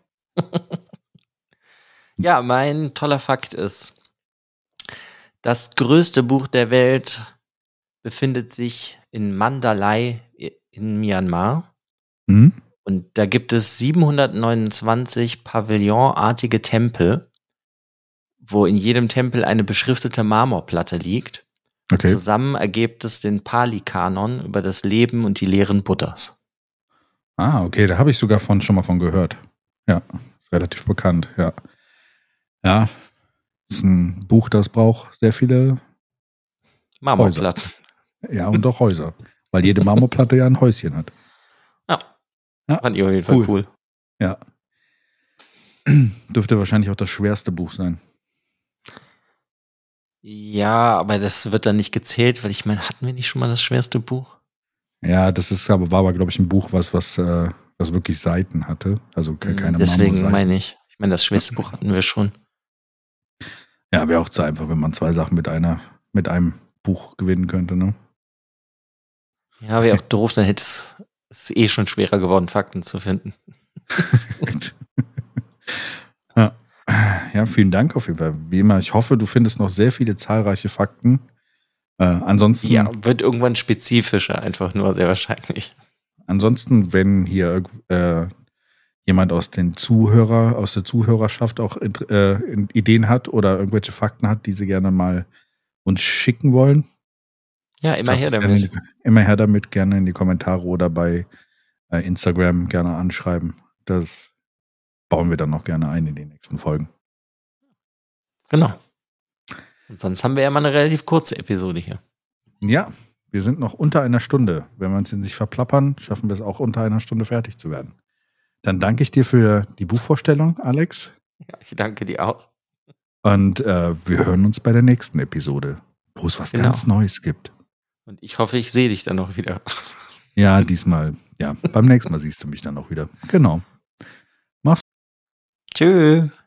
Ja, mein toller Fakt ist, das größte Buch der Welt befindet sich in Mandalay in Myanmar. Mhm. Und da gibt es 729 pavillonartige Tempel, wo in jedem Tempel eine beschriftete Marmorplatte liegt. Okay. Zusammen ergibt es den Pali-Kanon über das Leben und die Lehren Buddhas. Ah, okay, da habe ich sogar schon mal von gehört. Ja, ist relativ bekannt, ja. Ja, ist ein Buch, das braucht sehr viele Marmorplatten. Häuser. Ja, und auch Häuser. Weil jede Marmorplatte ja ein Häuschen hat. Ja, fand ich auf jeden Fall cool. Ja. Dürfte wahrscheinlich auch das schwerste Buch sein. Ja, aber das wird dann nicht gezählt, weil ich meine, hatten wir nicht schon mal das schwerste Buch? Ja, war aber, glaube ich, ein Buch, was wirklich Seiten hatte. Also keine Deswegen Marmorseiten. meine ich. Ich meine, das schwerste Buch hatten wir schon. Ja, wäre auch zu einfach, wenn man 2 Sachen mit einem Buch gewinnen könnte, ne? Ja, wäre auch doof, dann hätte es eh schon schwerer geworden, Fakten zu finden. Ja, vielen Dank auf jeden Fall. Wie immer, ich hoffe, du findest noch sehr viele zahlreiche Fakten. Ansonsten. Ja, wird irgendwann spezifischer, einfach nur sehr wahrscheinlich. Ansonsten, wenn hier jemand aus der Zuhörerschaft auch Ideen hat oder irgendwelche Fakten hat, die sie gerne mal uns schicken wollen. Ja, immer her damit. Immer her damit, gerne in die Kommentare oder bei Instagram gerne anschreiben. Das bauen wir dann noch gerne ein in die nächsten Folgen. Genau. Und sonst haben wir ja mal eine relativ kurze Episode hier. Ja, wir sind noch unter einer Stunde. Wenn wir uns hier nicht verplappern, schaffen wir es auch unter einer Stunde fertig zu werden. Dann danke ich dir für die Buchvorstellung, Alex. Ja, ich danke dir auch. Und wir hören uns bei der nächsten Episode, wo es was ganz Neues gibt. Und ich hoffe, ich sehe dich dann noch wieder. Ja, diesmal. Ja, beim nächsten Mal siehst du mich dann auch wieder. Genau. Tschüss.